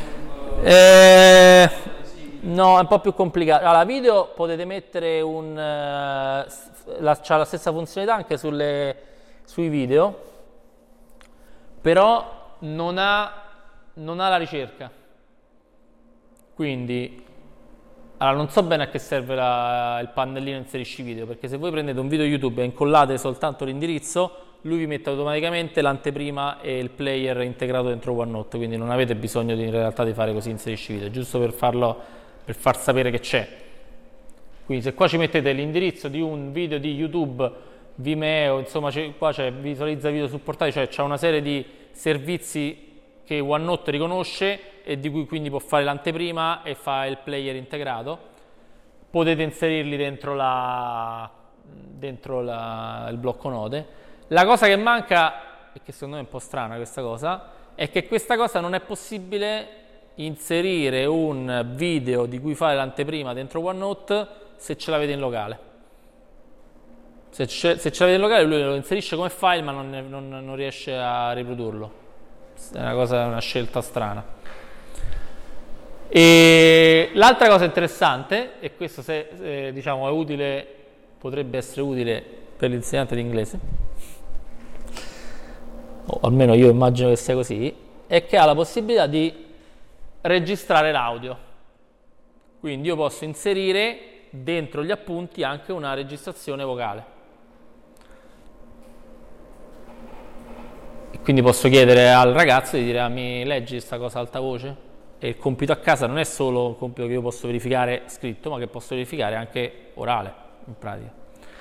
da YouTube. No, è un po' più complicato. Allora, video potete mettere c'ha la stessa funzionalità anche sui video, però non ha la ricerca. Quindi, allora, non so bene a che serve il pannellino inserisci video, perché se voi prendete un video YouTube e incollate soltanto l'indirizzo, lui vi mette automaticamente l'anteprima e il player integrato dentro OneNote, quindi non avete bisogno in realtà di fare così inserisci video, giusto per far sapere che c'è. Quindi se qua ci mettete l'indirizzo di un video di YouTube, Vimeo, insomma qua c'è visualizza video supportati, cioè c'è una serie di servizi che OneNote riconosce e di cui quindi può fare l'anteprima e fa il player integrato. Potete inserirli dentro il blocco note. La cosa che manca, e che secondo me è un po' strana questa cosa, è che questa cosa non è possibile inserire un video di cui fare l'anteprima dentro OneNote se ce l'avete in locale. Se ce l'avete in locale lui lo inserisce come file ma non riesce a riprodurlo. È una scelta strana. E l'altra cosa interessante, e questo diciamo è utile, potrebbe essere utile per l'insegnante di inglese, o almeno io immagino che sia così, è che ha la possibilità di registrare l'audio. Quindi io posso inserire dentro gli appunti anche una registrazione vocale. E quindi posso chiedere al ragazzo di dire mi leggi questa cosa ad alta voce? E il compito a casa non è solo un compito che io posso verificare scritto, ma che posso verificare anche orale, in pratica.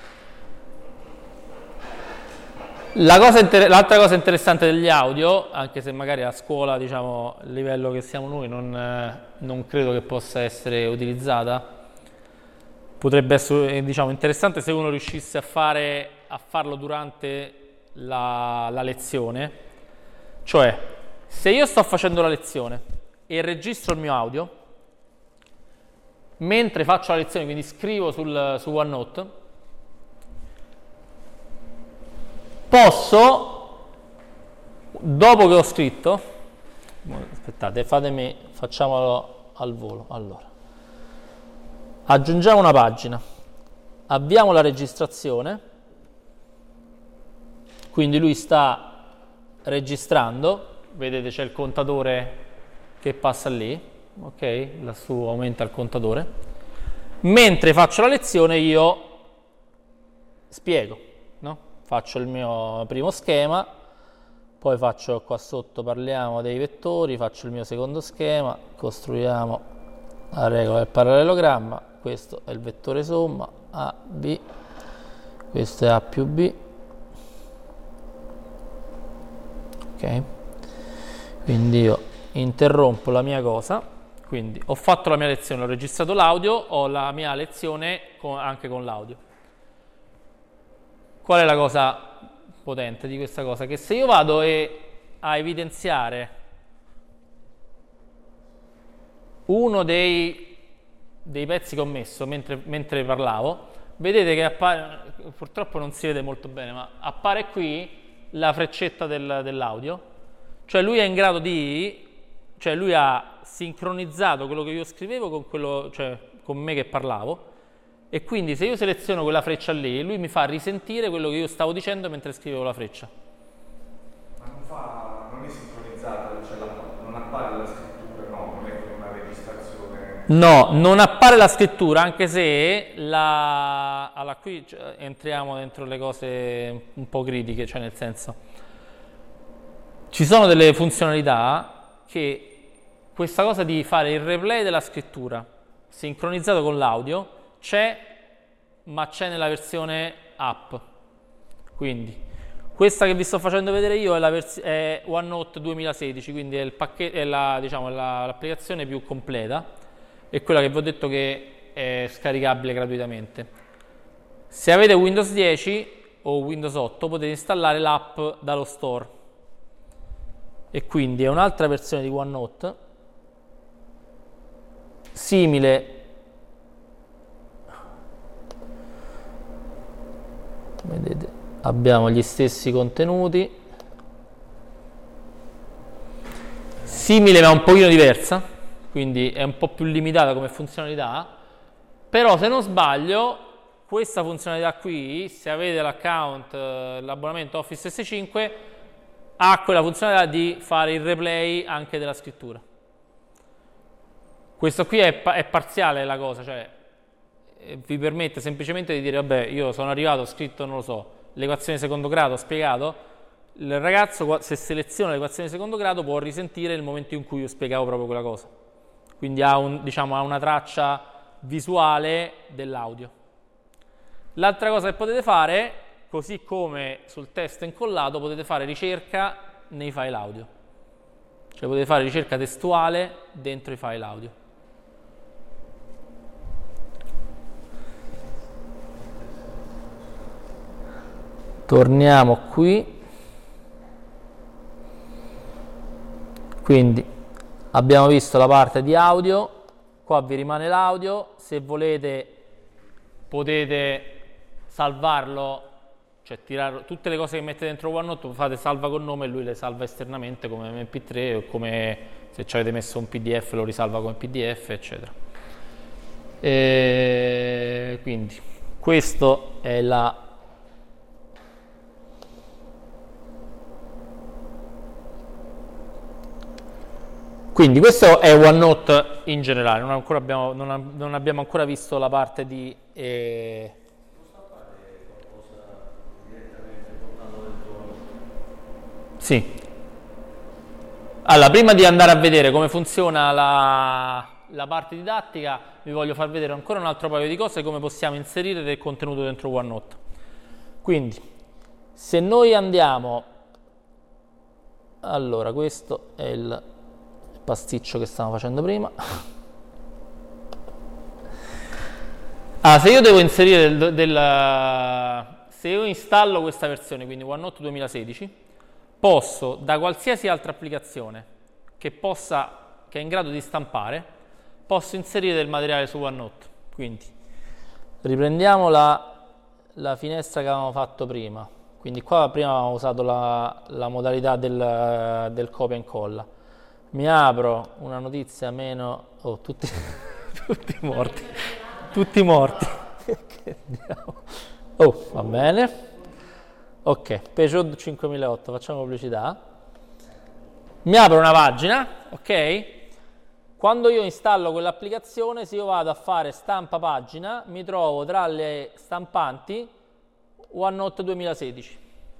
L'altra cosa interessante degli audio, anche se magari a scuola, diciamo, il livello che siamo noi non credo che possa essere utilizzata, potrebbe essere, diciamo, interessante se uno riuscisse a farlo durante la lezione. Cioè, se io sto facendo la lezione e registro il mio audio, mentre faccio la lezione, quindi scrivo su OneNote, posso, dopo che ho scritto, aspettate, facciamolo al volo. Allora, aggiungiamo una pagina, avviamo la registrazione, quindi lui sta registrando, vedete c'è il contatore che passa lì, ok, lassù aumenta il contatore. Mentre faccio la lezione io spiego, no? Faccio il mio primo schema, poi faccio qua sotto, parliamo dei vettori, faccio il mio secondo schema, costruiamo la regola del parallelogramma, questo è il vettore somma, A, B, questo è A più B, Ok? Quindi io interrompo la mia cosa, quindi ho fatto la mia lezione, ho registrato l'audio, ho la mia lezione anche con l'audio. Qual è la cosa potente di questa cosa? Che se io vado a evidenziare uno dei pezzi che ho messo mentre parlavo, vedete che appare, purtroppo non si vede molto bene, ma appare qui la freccetta dell'audio, cioè lui è in grado cioè lui ha sincronizzato quello che io scrivevo con quello, cioè con me che parlavo, e quindi se io seleziono quella freccia lì, lui mi fa risentire quello che io stavo dicendo mentre scrivevo la freccia. Ma non è sincronizzato, cioè non appare la scrittura, no, non è come una registrazione. No, non appare la scrittura, anche se qui entriamo dentro le cose un po' critiche, cioè nel senso, ci sono delle funzionalità che questa cosa di fare il replay della scrittura sincronizzato con l'audio c'è, ma c'è nella versione app. Quindi questa che vi sto facendo vedere io è OneNote 2016, quindi è il pacchetto, diciamo, l'applicazione più completa, è quella che vi ho detto che è scaricabile gratuitamente. Se avete Windows 10 o Windows 8 potete installare l'app dallo store, e quindi è un'altra versione di OneNote simile. Vedete, abbiamo gli stessi contenuti, simile ma un pochino diversa, quindi è un po' più limitata come funzionalità, però se non sbaglio questa funzionalità qui, se avete l'account, l'abbonamento Office S5, ha quella funzionalità di fare il replay anche della scrittura. Questo qui è parziale la cosa, cioè vi permette semplicemente di dire vabbè, io sono arrivato, ho scritto, non lo so, l'equazione di secondo grado, ho spiegato, il ragazzo se seleziona l'equazione di secondo grado può risentire il momento in cui io spiegavo proprio quella cosa, quindi ha una traccia visuale dell'audio. L'altra cosa che potete fare, così come sul testo incollato, potete fare ricerca nei file audio, cioè potete fare ricerca testuale dentro i file audio. Torniamo qui, quindi abbiamo visto la parte di audio, qua vi rimane l'audio, se volete potete salvarlo, cioè tirare tutte le cose che mettete dentro OneNote, fate salva con nome e lui le salva esternamente come MP3 o come se ci avete messo un PDF lo risalva come PDF, eccetera. Quindi questo è Quindi questo è OneNote in generale, non abbiamo ancora visto la parte di... Sì. Allora, prima di andare a vedere come funziona la parte didattica, vi voglio far vedere ancora un altro paio di cose, come possiamo inserire del contenuto dentro OneNote. Quindi, se noi andiamo... Allora, questo è il pasticcio che stavamo facendo prima. Se io devo inserire se io installo questa versione, quindi OneNote 2016, posso da qualsiasi altra applicazione che è in grado di stampare, posso inserire del materiale su OneNote. Quindi riprendiamo la finestra che avevamo fatto prima. Quindi qua prima avevamo usato la modalità del copia e incolla. Mi apro una notizia meno... Oh, tutti morti. Tutti morti. Che diavolo. Oh, va bene. Ok, Peugeot 5008, facciamo pubblicità. Mi apro una pagina, ok? Quando io installo quell'applicazione, se io vado a fare stampa pagina, mi trovo tra le stampanti OneNote 2016.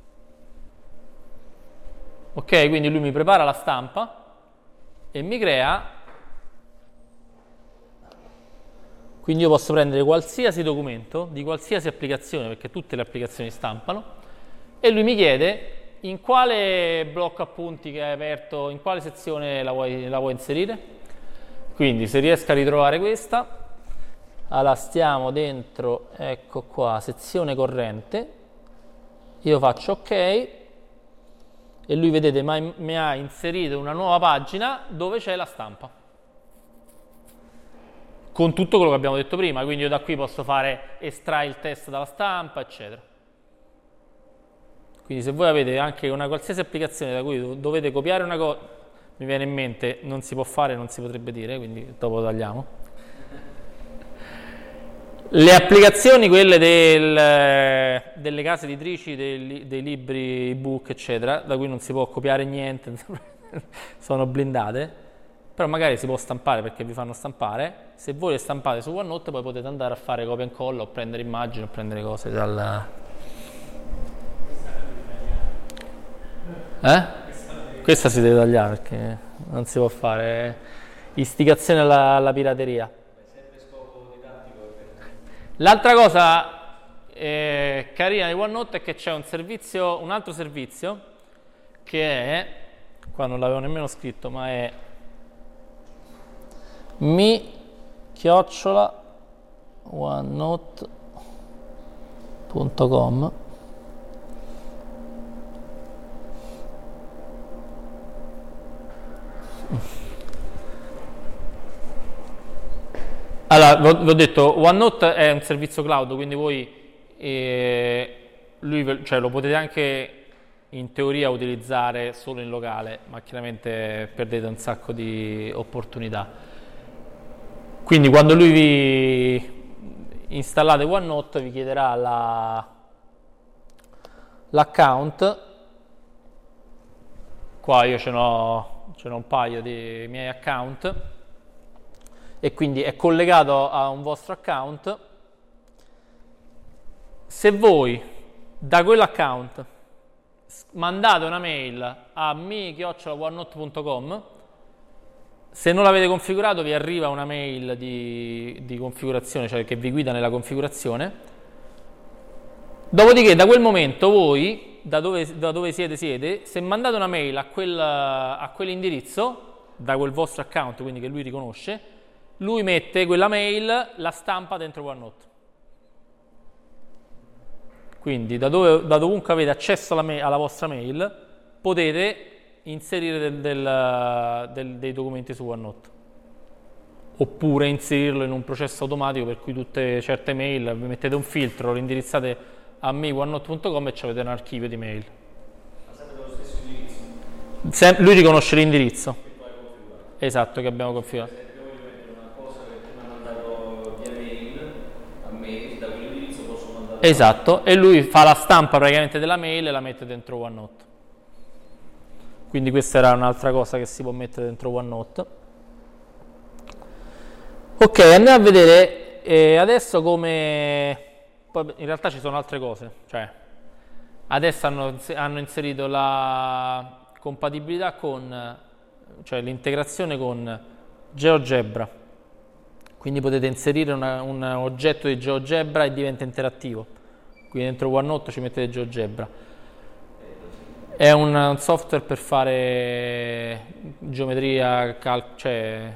Ok, quindi lui mi prepara la stampa e mi crea, quindi io posso prendere qualsiasi documento di qualsiasi applicazione, perché tutte le applicazioni stampano, e lui mi chiede in quale blocco appunti che hai aperto, in quale sezione la vuoi inserire? Quindi se riesco a ritrovare questa, allora stiamo dentro, ecco qua, sezione corrente, io faccio ok e lui, vedete, mi ha inserito una nuova pagina dove c'è la stampa con tutto quello che abbiamo detto prima, quindi io da qui posso fare estrai il testo dalla stampa, eccetera. Quindi se voi avete anche una qualsiasi applicazione da cui dovete copiare una cosa, mi viene in mente, non si può fare, non si potrebbe dire, quindi dopo tagliamo. Le applicazioni, quelle delle case editrici, dei libri, ebook, eccetera, da cui non si può copiare niente, sono blindate, però magari si può stampare perché vi fanno stampare. Se voi le stampate su OneNote poi potete andare a fare copia e incolla o prendere immagini o prendere cose dal... Questa si deve tagliare perché non si può fare istigazione alla pirateria. L'altra cosa carina di OneNote è che c'è un altro servizio che è, qua non l'avevo nemmeno scritto, ma è mi@onenote.com. Allora, vi ho detto, OneNote è un servizio cloud, quindi voi lo potete anche in teoria utilizzare solo in locale, ma chiaramente perdete un sacco di opportunità. Quindi quando lui vi installate OneNote vi chiederà l'account. Qua io ce n'ho un paio di miei account e quindi è collegato a un vostro account. Se voi da quell'account mandate una mail a mi@onenote.com, se non l'avete configurato vi arriva una mail di configurazione, cioè che vi guida nella configurazione. Dopodiché da quel momento voi, da dove siete, se mandate una mail a quell'indirizzo, da quel vostro account, quindi che lui riconosce, lui mette quella mail, la stampa dentro OneNote. Quindi da dovunque avete accesso alla vostra mail potete inserire dei documenti su OneNote, oppure inserirlo in un processo automatico per cui tutte certe mail vi mettete un filtro, lo indirizzate a me@onenote.com e avete un archivio di mail. Ma sempre lo stesso indirizzo? Lui riconosce l'indirizzo. Esatto, che abbiamo configurato. Se io voglio mettere una cosa che tu mi hai mandato via mail a me, da quell'indirizzo posso mandare. Esatto, e lui fa la stampa praticamente della mail e la mette dentro OneNote. Quindi questa era un'altra cosa che si può mettere dentro OneNote. Ok, andiamo a vedere adesso come... Poi in realtà ci sono altre cose, cioè adesso hanno inserito la compatibilità cioè l'integrazione con GeoGebra, quindi potete inserire un oggetto di GeoGebra e diventa interattivo, quindi dentro OneNote ci mettete GeoGebra. È un software per fare geometria, cioè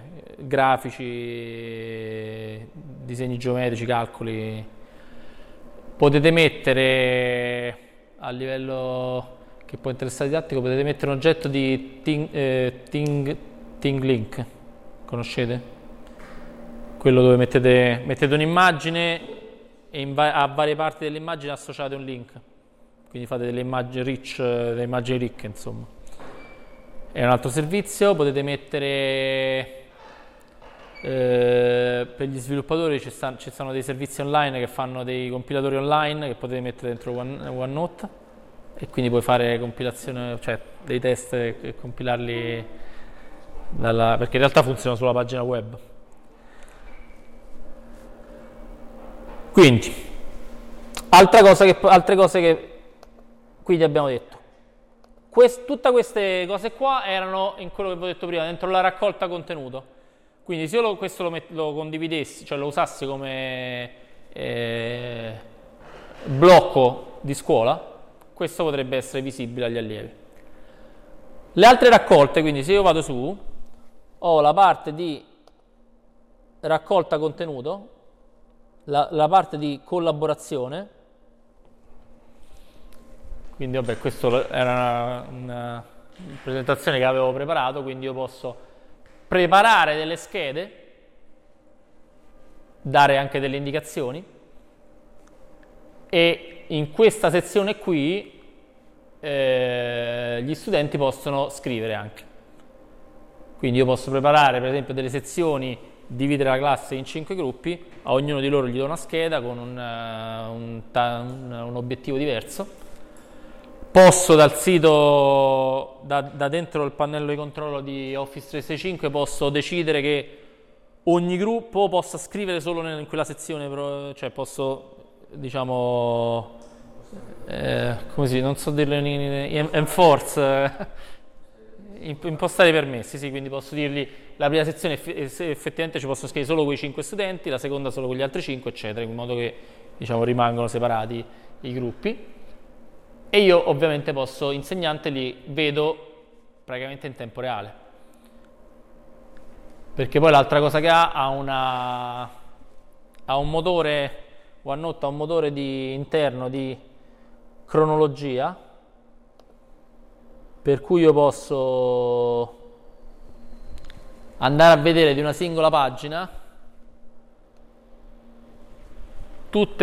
grafici, disegni geometrici, calcoli. Potete mettere, a livello che può interessare didattico, potete mettere un oggetto di ThingLink, conoscete? Quello dove mettete un'immagine e a varie parti dell'immagine associate un link. Quindi fate delle immagini delle immagini ricche, insomma. È un altro servizio. Potete mettere per gli sviluppatori ci sono dei servizi online che fanno dei compilatori online che potete mettere dentro OneNote e quindi puoi fare compilazione, cioè dei test e compilarli perché in realtà funziona sulla pagina web. Quindi altre cose che quindi abbiamo detto, tutte queste cose qua erano in quello che vi ho detto prima, dentro la raccolta contenuto. Quindi se io questo lo condividessi, cioè lo usassi come blocco di scuola, questo potrebbe essere visibile agli allievi. Le altre raccolte, quindi se io vado su, ho la parte di raccolta contenuto, la parte di collaborazione, quindi vabbè, questa era una presentazione che avevo preparato, quindi io posso preparare delle schede, dare anche delle indicazioni, e in questa sezione qui gli studenti possono scrivere anche. Quindi io posso preparare per esempio delle sezioni, dividere la classe in 5 gruppi, a ognuno di loro gli do una scheda con un obiettivo diverso. Posso dal sito, da dentro il pannello di controllo di Office 365, posso decidere che ogni gruppo possa scrivere solo in quella sezione, cioè posso, diciamo, come si, non so dirlo enforce, impostare i permessi, sì, quindi posso dirgli la prima sezione effettivamente ci posso scrivere solo quei 5 studenti, la seconda solo con gli altri 5, eccetera, in modo che, diciamo, rimangono separati i gruppi. E io ovviamente posso, insegnante, li vedo praticamente in tempo reale, perché poi l'altra cosa che ha un motore, OneNote ha un motore interno di cronologia, per cui io posso andare a vedere di una singola pagina tutte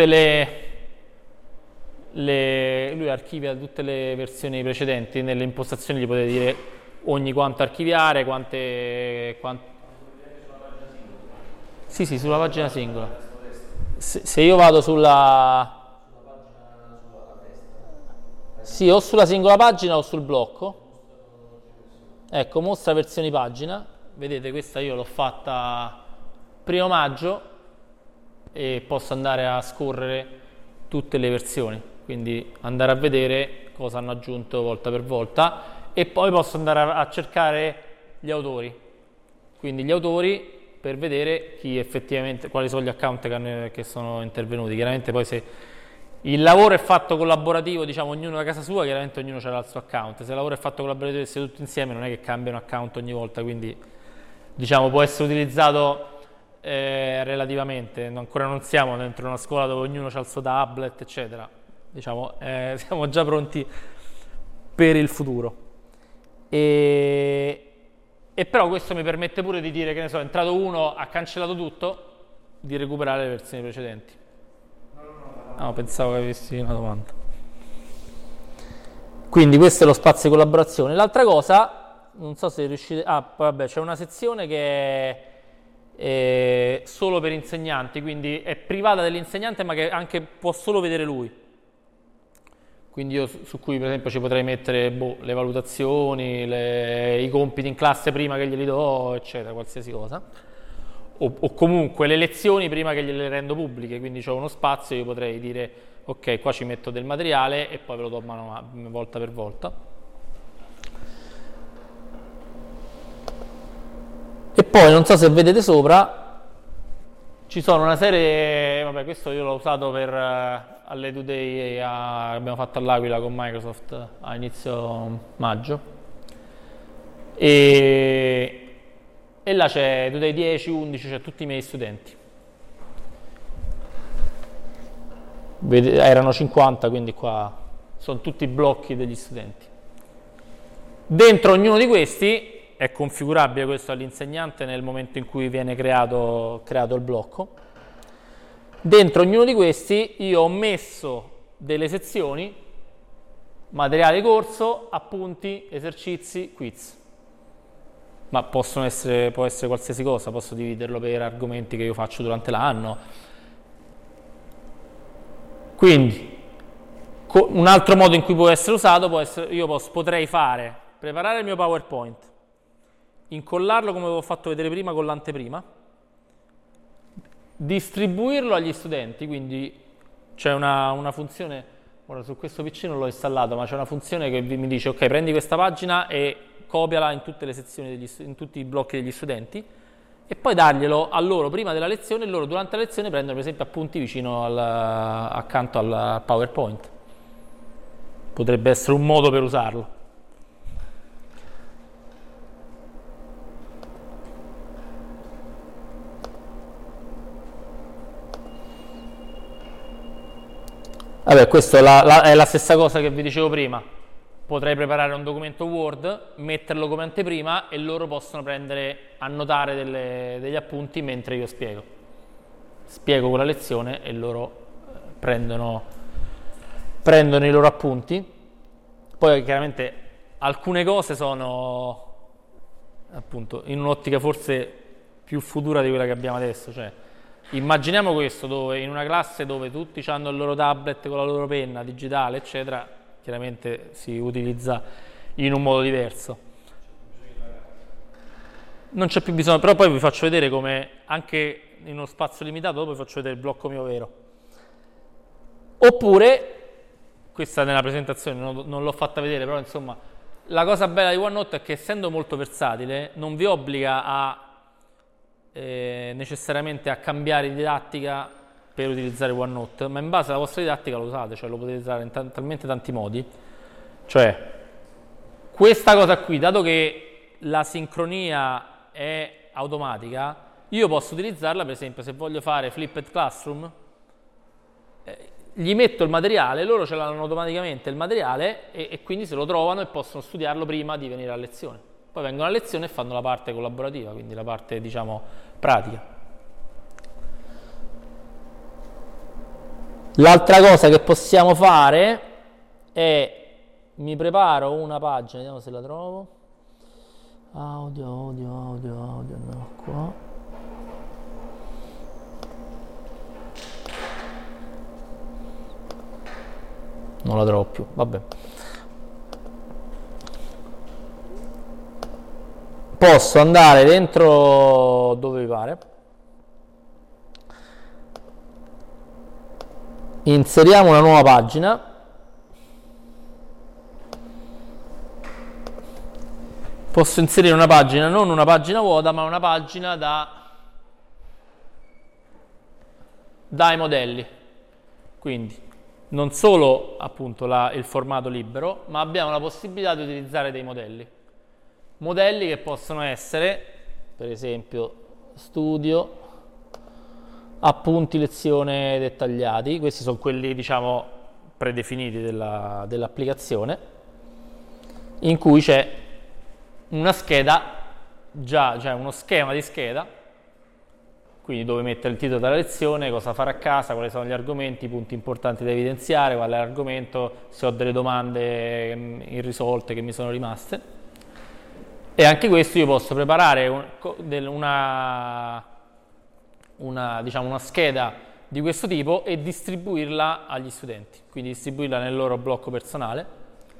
lui archivia tutte le versioni precedenti. Nelle impostazioni gli potete dire ogni quanto archiviare, sì, sulla pagina singola. Se io vado sì, o sulla singola pagina o sul blocco, ecco, mostra versioni pagina, vedete, questa io l'ho fatta 1° maggio e posso andare a scorrere tutte le versioni, quindi andare a vedere cosa hanno aggiunto volta per volta, e poi posso andare a cercare gli autori, quindi gli autori, per vedere chi effettivamente, quali sono gli account che sono intervenuti. Chiaramente poi se il lavoro è fatto collaborativo, diciamo, ognuno da casa sua, chiaramente ognuno c'era il suo account. Se il lavoro è fatto collaborativo e siete tutti insieme, non è che cambiano account ogni volta, quindi, diciamo, può essere utilizzato relativamente. Ancora non siamo dentro una scuola dove ognuno ha il suo tablet, eccetera. Diciamo, siamo già pronti per il futuro. E però questo mi permette pure di dire, che ne so, è entrato uno, ha cancellato tutto, di recuperare le versioni precedenti. No, pensavo che avessi una domanda. Quindi questo è lo spazio di collaborazione. L'altra cosa, non so se riuscite... vabbè, c'è una sezione che è solo per insegnanti, quindi è privata dell'insegnante, ma che anche può solo vedere lui. Quindi io su cui per esempio ci potrei mettere le valutazioni, i compiti in classe prima che glieli do, eccetera, qualsiasi cosa. O comunque le lezioni prima che gliele rendo pubbliche, quindi c'ho uno spazio, io potrei dire ok, qua ci metto del materiale e poi ve lo do volta per volta. E poi non so se vedete sopra, ci sono una serie, vabbè, questo io l'ho usato per alle 2 Day che abbiamo fatto all'Aquila con Microsoft a inizio maggio, e là c'è 2 Day 10, 11, c'è tutti i miei studenti. Erano 50, quindi qua sono tutti i blocchi degli studenti. Dentro ognuno di questi è configurabile questo all'insegnante nel momento in cui viene creato il blocco. Dentro ognuno di questi io ho messo delle sezioni: materiale corso, appunti, esercizi, quiz. Ma può essere qualsiasi cosa, posso dividerlo per argomenti che io faccio durante l'anno. Quindi, un altro modo in cui può essere usato potrei preparare il mio PowerPoint, incollarlo come avevo fatto vedere prima con l'anteprima, distribuirlo agli studenti, quindi c'è una funzione, ora su questo PC non l'ho installato, ma c'è una funzione che mi dice ok, prendi questa pagina e copiala in tutte le sezioni, in tutti i blocchi degli studenti, e poi darglielo a loro prima della lezione, e loro durante la lezione prendono per esempio appunti vicino accanto al PowerPoint. potrebbe essere un modo per usarlo. Vabbè, questo è la stessa cosa che vi dicevo prima. Potrei preparare un documento Word, metterlo come anteprima e loro possono annotare degli appunti mentre io spiego. Spiego quella lezione e loro prendono i loro appunti. Poi chiaramente alcune cose sono appunto in un'ottica forse più futura di quella che abbiamo adesso, cioè immaginiamo questo, dove in una classe dove tutti hanno il loro tablet con la loro penna digitale eccetera, chiaramente si utilizza in un modo diverso. Non c'è più bisogno, però poi vi faccio vedere come anche in uno spazio limitato, dopo vi faccio vedere il blocco mio vero. Oppure, questa nella presentazione non l'ho fatta vedere, però insomma, la cosa bella di OneNote è che essendo molto versatile, non vi obbliga necessariamente a cambiare didattica per utilizzare OneNote, ma in base alla vostra didattica lo usate, cioè lo potete usare in talmente tanti modi. Cioè, questa cosa qui, dato che la sincronia è automatica, io posso utilizzarla, per esempio, se voglio fare Flipped Classroom, gli metto il materiale, loro ce l'hanno automaticamente il materiale e quindi se lo trovano e possono studiarlo prima di venire a lezione. Poi vengono a lezione e fanno la parte collaborativa, quindi la parte, diciamo, pratica. L'altra cosa che possiamo fare è, mi preparo una pagina, vediamo se la trovo. Audio, no, qua. Non la trovo più, vabbè. Posso andare dentro dove vi pare. Inseriamo una nuova pagina. Posso inserire una pagina, non una pagina vuota, ma una pagina dai modelli. Quindi non solo appunto il formato libero, ma abbiamo la possibilità di utilizzare dei modelli. Modelli che possono essere, per esempio, studio, appunti lezione dettagliati. Questi sono quelli, diciamo, predefiniti dell'applicazione, in cui c'è una scheda, cioè uno schema di scheda, quindi dove mettere il titolo della lezione, cosa fare a casa, quali sono gli argomenti, i punti importanti da evidenziare, qual è l'argomento, se ho delle domande irrisolte che mi sono rimaste. E anche questo io posso preparare una scheda di questo tipo e distribuirla agli studenti, quindi distribuirla nel loro blocco personale.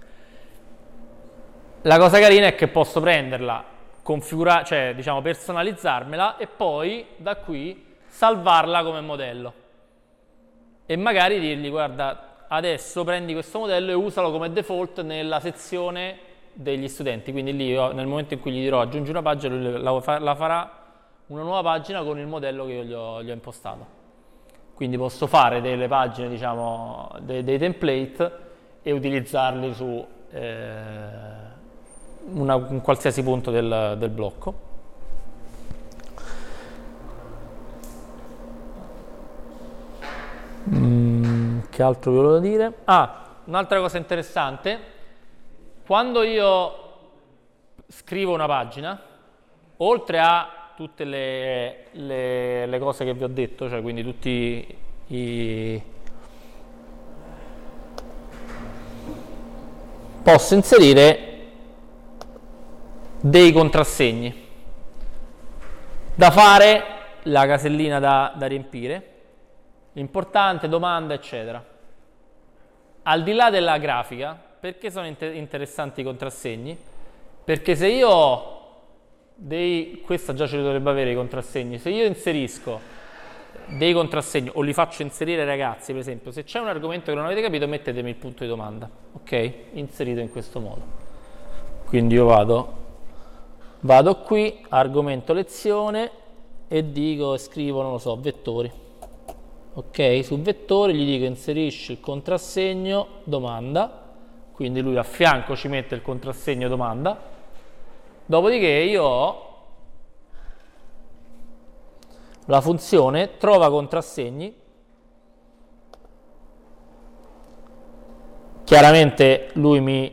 La cosa carina è che posso prenderla, cioè diciamo personalizzarmela e poi da qui salvarla come modello e magari dirgli: guarda, adesso prendi questo modello e usalo come default nella sezione degli studenti. Quindi lì io, nel momento in cui gli dirò aggiungi una pagina, lui la farà una nuova pagina con il modello che io gli ho impostato. Quindi posso fare delle pagine, diciamo, dei template e utilizzarli su un qualsiasi punto del blocco. Che altro vi volevo dire? Un'altra cosa interessante: quando io scrivo una pagina, oltre a tutte le cose che vi ho detto, cioè quindi tutti posso inserire dei contrassegni da fare, la casellina da riempire, importante, domanda, eccetera. Al di là della grafica, perché sono interessanti i contrassegni? Perché se io ho questa già ce li dovrebbe avere i contrassegni, se io inserisco dei contrassegni o li faccio inserire ai ragazzi, per esempio, se c'è un argomento che non avete capito, mettetemi il punto di domanda, ok? Inserito in questo modo. Quindi io vado qui, argomento lezione e scrivo, non lo so, vettori. Ok, su vettori gli dico inserisci il contrassegno domanda quindi lui a fianco ci mette il contrassegno domanda, dopodiché io ho la funzione trova contrassegni, chiaramente lui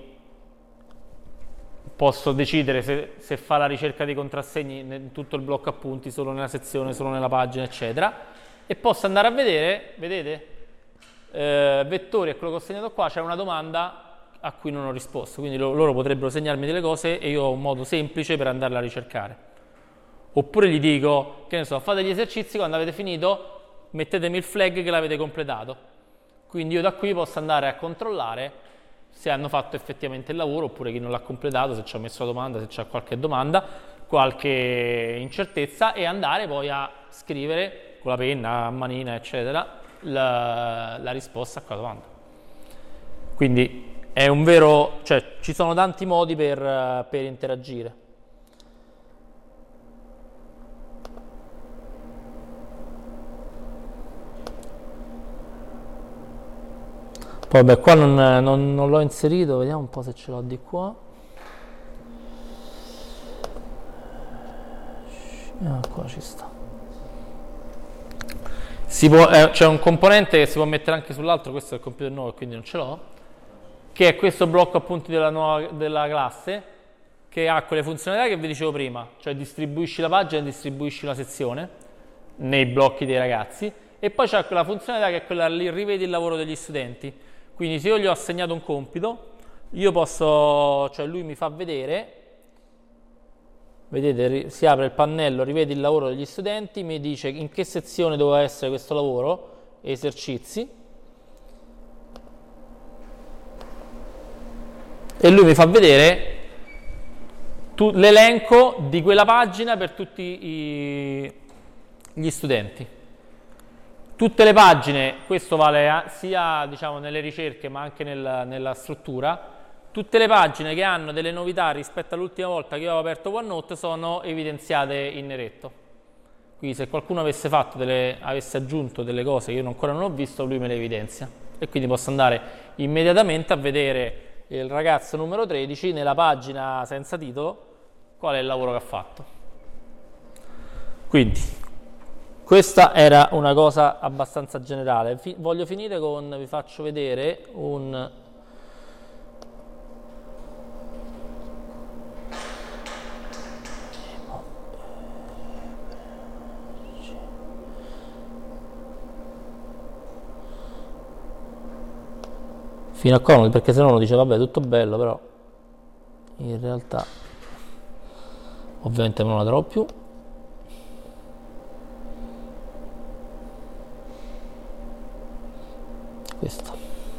posso decidere se fa la ricerca dei contrassegni in tutto il blocco appunti, solo nella sezione, solo nella pagina, eccetera, e posso andare a vedere, vedete, vettori è quello che ho segnato qua, c'è una domanda a cui non ho risposto, quindi loro potrebbero segnarmi delle cose e io ho un modo semplice per andarla a ricercare. Oppure gli dico, che ne so, fate gli esercizi, quando avete finito mettetemi il flag che l'avete completato. Quindi io da qui posso andare a controllare se hanno fatto effettivamente il lavoro oppure chi non l'ha completato, se ci ha messo la domanda, se c'è qualche domanda, qualche incertezza e andare poi a scrivere con la penna, a manina, eccetera, la risposta a quella domanda. Quindi è un vero, cioè ci sono tanti modi per interagire. Poi vabbè, qua non l'ho inserito, vediamo un po' se ce l'ho di qua. Qua ci sta. C'è un componente che si può mettere anche sull'altro, questo è il computer nuovo e quindi non ce l'ho, che è questo blocco appunti della classe, che ha quelle funzionalità che vi dicevo prima, cioè distribuisci la pagina e distribuisci la sezione nei blocchi dei ragazzi, e poi c'è quella funzionalità che è quella lì, rivedi il lavoro degli studenti. Quindi se io gli ho assegnato un compito, io posso, cioè lui mi fa vedere, vedete, si apre il pannello, rivedi il lavoro degli studenti, mi dice in che sezione doveva essere questo lavoro, esercizi, e lui mi fa vedere l'elenco di quella pagina per tutti gli studenti. Tutte le pagine, questo vale sia diciamo nelle ricerche ma anche nella struttura, tutte le pagine che hanno delle novità rispetto all'ultima volta che io avevo aperto OneNote sono evidenziate in neretto. Quindi se qualcuno avesse aggiunto delle cose che io ancora non ho visto, lui me le evidenzia. E quindi posso andare immediatamente a vedere il ragazzo numero 13 nella pagina senza titolo qual è il lavoro che ha fatto. Quindi questa era una cosa abbastanza generale. Voglio finire vi faccio vedere fino a qua, perché se no uno dice vabbè tutto bello, però in realtà ovviamente non la trovo più. Questo.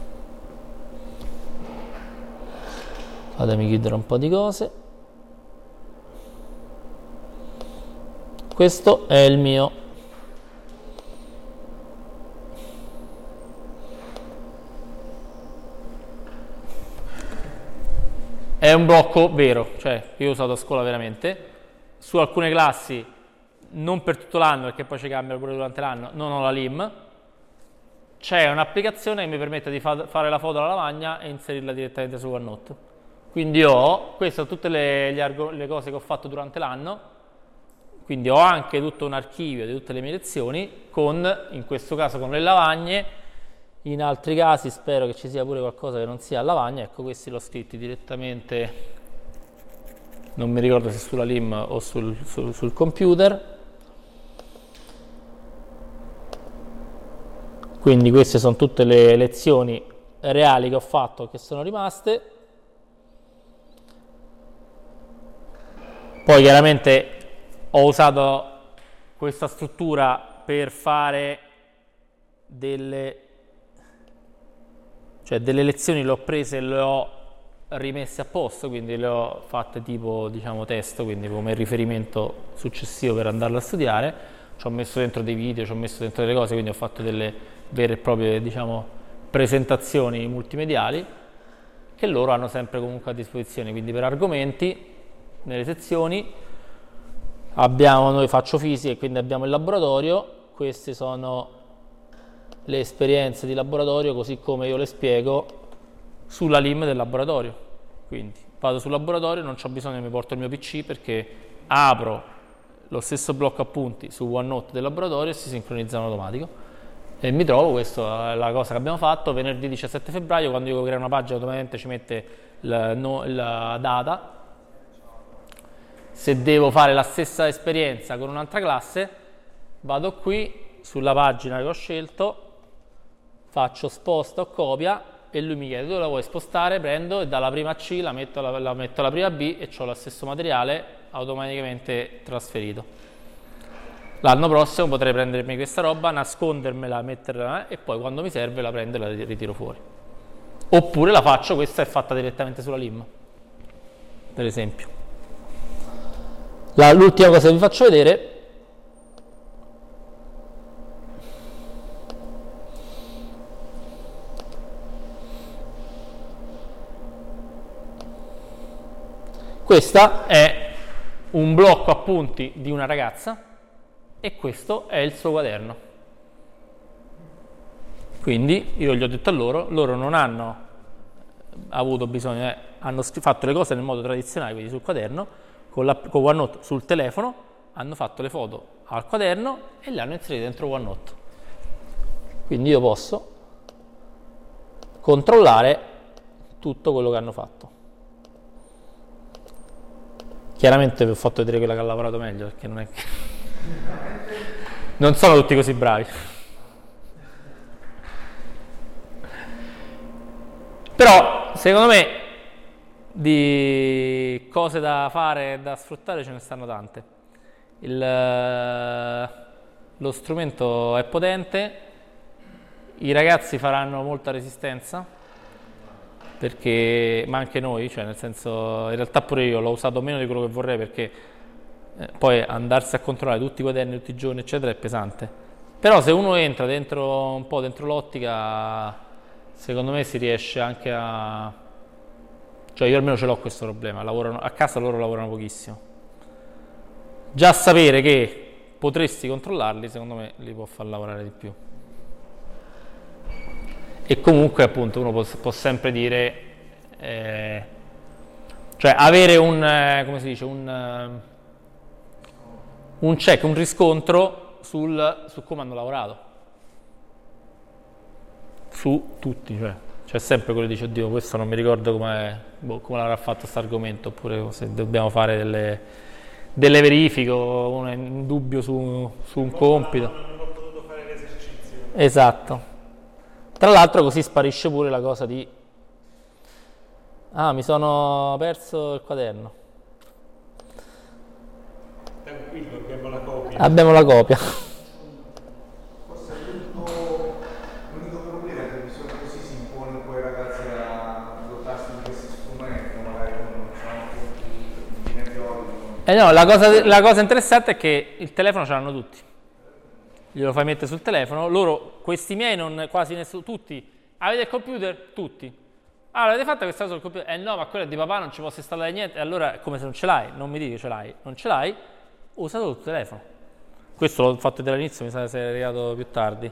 Fatemi chiudere un po' di cose. Questo è il mio è un blocco vero, cioè io ho usato a scuola veramente. Su alcune classi, non per tutto l'anno, perché poi ci cambiano pure durante l'anno, non ho la LIM. C'è un'applicazione che mi permette di fare la foto alla lavagna e inserirla direttamente su OneNote. Quindi queste sono tutte le cose che ho fatto durante l'anno, quindi ho anche tutto un archivio di tutte le mie lezioni, in questo caso con le lavagne, in altri casi spero che ci sia pure qualcosa che non sia a lavagna. Ecco, questi l'ho scritti direttamente, non mi ricordo se sulla LIM o sul computer. Quindi queste sono tutte le lezioni reali che ho fatto che sono rimaste. Poi chiaramente ho usato questa struttura per fare delle lezioni, le ho prese e le ho rimesse a posto, quindi le ho fatte tipo diciamo testo, quindi come riferimento successivo per andarle a studiare. Ci ho messo dentro dei video, ci ho messo dentro delle cose, quindi ho fatto delle vere e proprie diciamo presentazioni multimediali che loro hanno sempre comunque a disposizione. Quindi per argomenti nelle sezioni noi faccio fisica e quindi abbiamo il laboratorio. Queste sono le esperienze di laboratorio così come io le spiego sulla LIM del laboratorio. Quindi vado sul laboratorio, non c'ho bisogno, mi porto il mio PC perché apro lo stesso blocco appunti su OneNote del laboratorio e si sincronizzano in automatico. E mi trovo, questa è la cosa che abbiamo fatto, venerdì 17 febbraio, quando io creo una pagina automaticamente ci mette la data. Se devo fare la stessa esperienza con un'altra classe, vado qui sulla pagina che ho scelto, faccio sposta o copia e lui mi chiede dove la vuoi spostare, prendo e dalla prima C la metto alla prima B e ho lo stesso materiale automaticamente trasferito. L'anno prossimo potrei prendermi questa roba, nascondermela, metterla e poi quando mi serve la prendo e la ritiro fuori. Oppure la faccio, questa è fatta direttamente sulla LIM, per esempio. L'ultima cosa che vi faccio vedere questa è un blocco appunti di una ragazza e questo è il suo quaderno. Quindi io gli ho detto a loro non hanno avuto bisogno, hanno fatto le cose nel modo tradizionale, quindi sul quaderno, con OneNote sul telefono, hanno fatto le foto al quaderno e le hanno inserite dentro OneNote. Quindi io posso controllare tutto quello che hanno fatto. Chiaramente vi ho fatto vedere quella che ha lavorato meglio, perché non è che non sono tutti così bravi. Però secondo me di cose da fare e da sfruttare ce ne stanno tante. Lo strumento è potente, i ragazzi faranno molta resistenza, perché, ma anche noi, cioè nel senso, in realtà pure io l'ho usato meno di quello che vorrei, perché poi andarsi a controllare tutti i quaderni tutti i giorni eccetera è pesante. Però se uno entra dentro un po' dentro l'ottica, secondo me si riesce anche a, cioè io almeno ce l'ho questo problema, a casa loro lavorano pochissimo, già sapere che potresti controllarli secondo me li può far lavorare di più. E comunque appunto uno può sempre dire, cioè avere come si dice, un check, un riscontro su come hanno lavorato, su tutti, cioè c'è sempre quello che dice oddio questo non mi ricordo come l'avrà fatto questo argomento, oppure se dobbiamo fare delle verifiche o uno è in dubbio su un compito. Non ho potuto fare l'esercizio. Esatto. Tra l'altro così sparisce pure la cosa di mi sono perso il quaderno. Tranquillo, abbiamo la copia. Abbiamo la copia. Forse l'unico problema è che bisogna così si impone poi ai ragazzi a dotarsi di questi strumenti, magari non c'hanno tutti i nevrologi. No, la cosa interessante è che il telefono ce l'hanno tutti. Glielo fai mettere sul telefono, loro, questi miei, non quasi nessuno, tutti, avete il computer? Tutti. Allora, avete fatto questa cosa sul computer? No, ma quello è di papà, non ci posso installare niente. E allora è come se non ce l'hai, non mi dici che ce l'hai, non ce l'hai, usa solo il telefono. Questo l'ho fatto vedere all'inizio, mi sa che sei arrivato più tardi.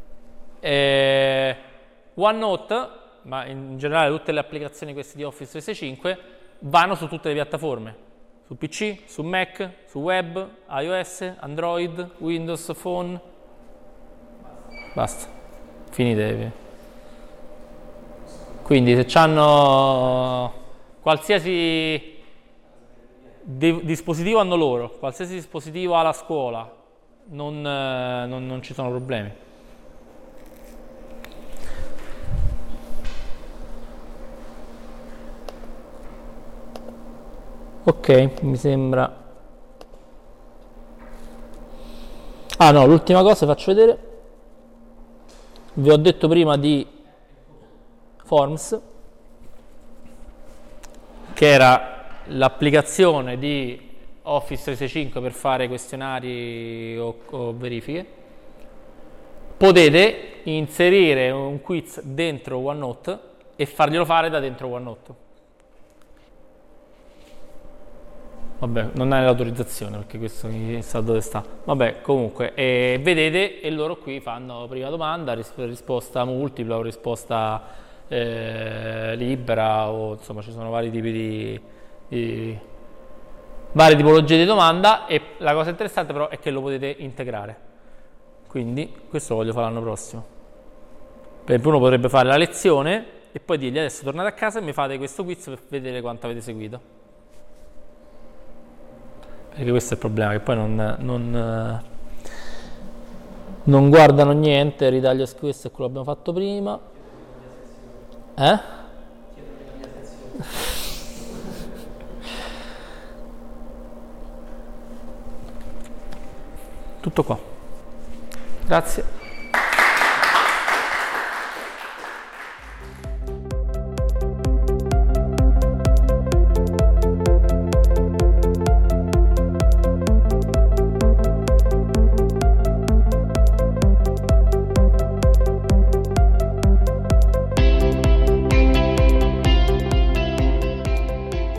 OneNote, ma in generale tutte le applicazioni queste di Office 365, vanno su tutte le piattaforme. Su PC, su Mac, su web, iOS, Android, Windows Phone. Basta, finite. Quindi se hanno qualsiasi dispositivo hanno loro, qualsiasi dispositivo ha la scuola, non ci sono problemi. Ok, mi sembra. No, l'ultima cosa faccio vedere. Vi ho detto prima di Forms, che era l'applicazione di Office 365 per fare questionari o verifiche. Potete inserire un quiz dentro OneNote e farglielo fare da dentro OneNote. Vabbè, non hai l'autorizzazione perché questo mi sa dove sta. Vabbè, comunque, vedete, e loro qui fanno prima domanda, risposta multipla o risposta libera, o insomma ci sono vari tipi di varie tipologie di domanda, e la cosa interessante però è che lo potete integrare, quindi questo lo voglio fare l'anno prossimo. Per esempio, uno potrebbe fare la lezione e poi dirgli adesso tornate a casa e mi fate questo quiz per vedere quanto avete seguito, perché questo è il problema, che poi non guardano niente. Ritaglio questo è quello che abbiamo fatto prima. Tutto qua, grazie.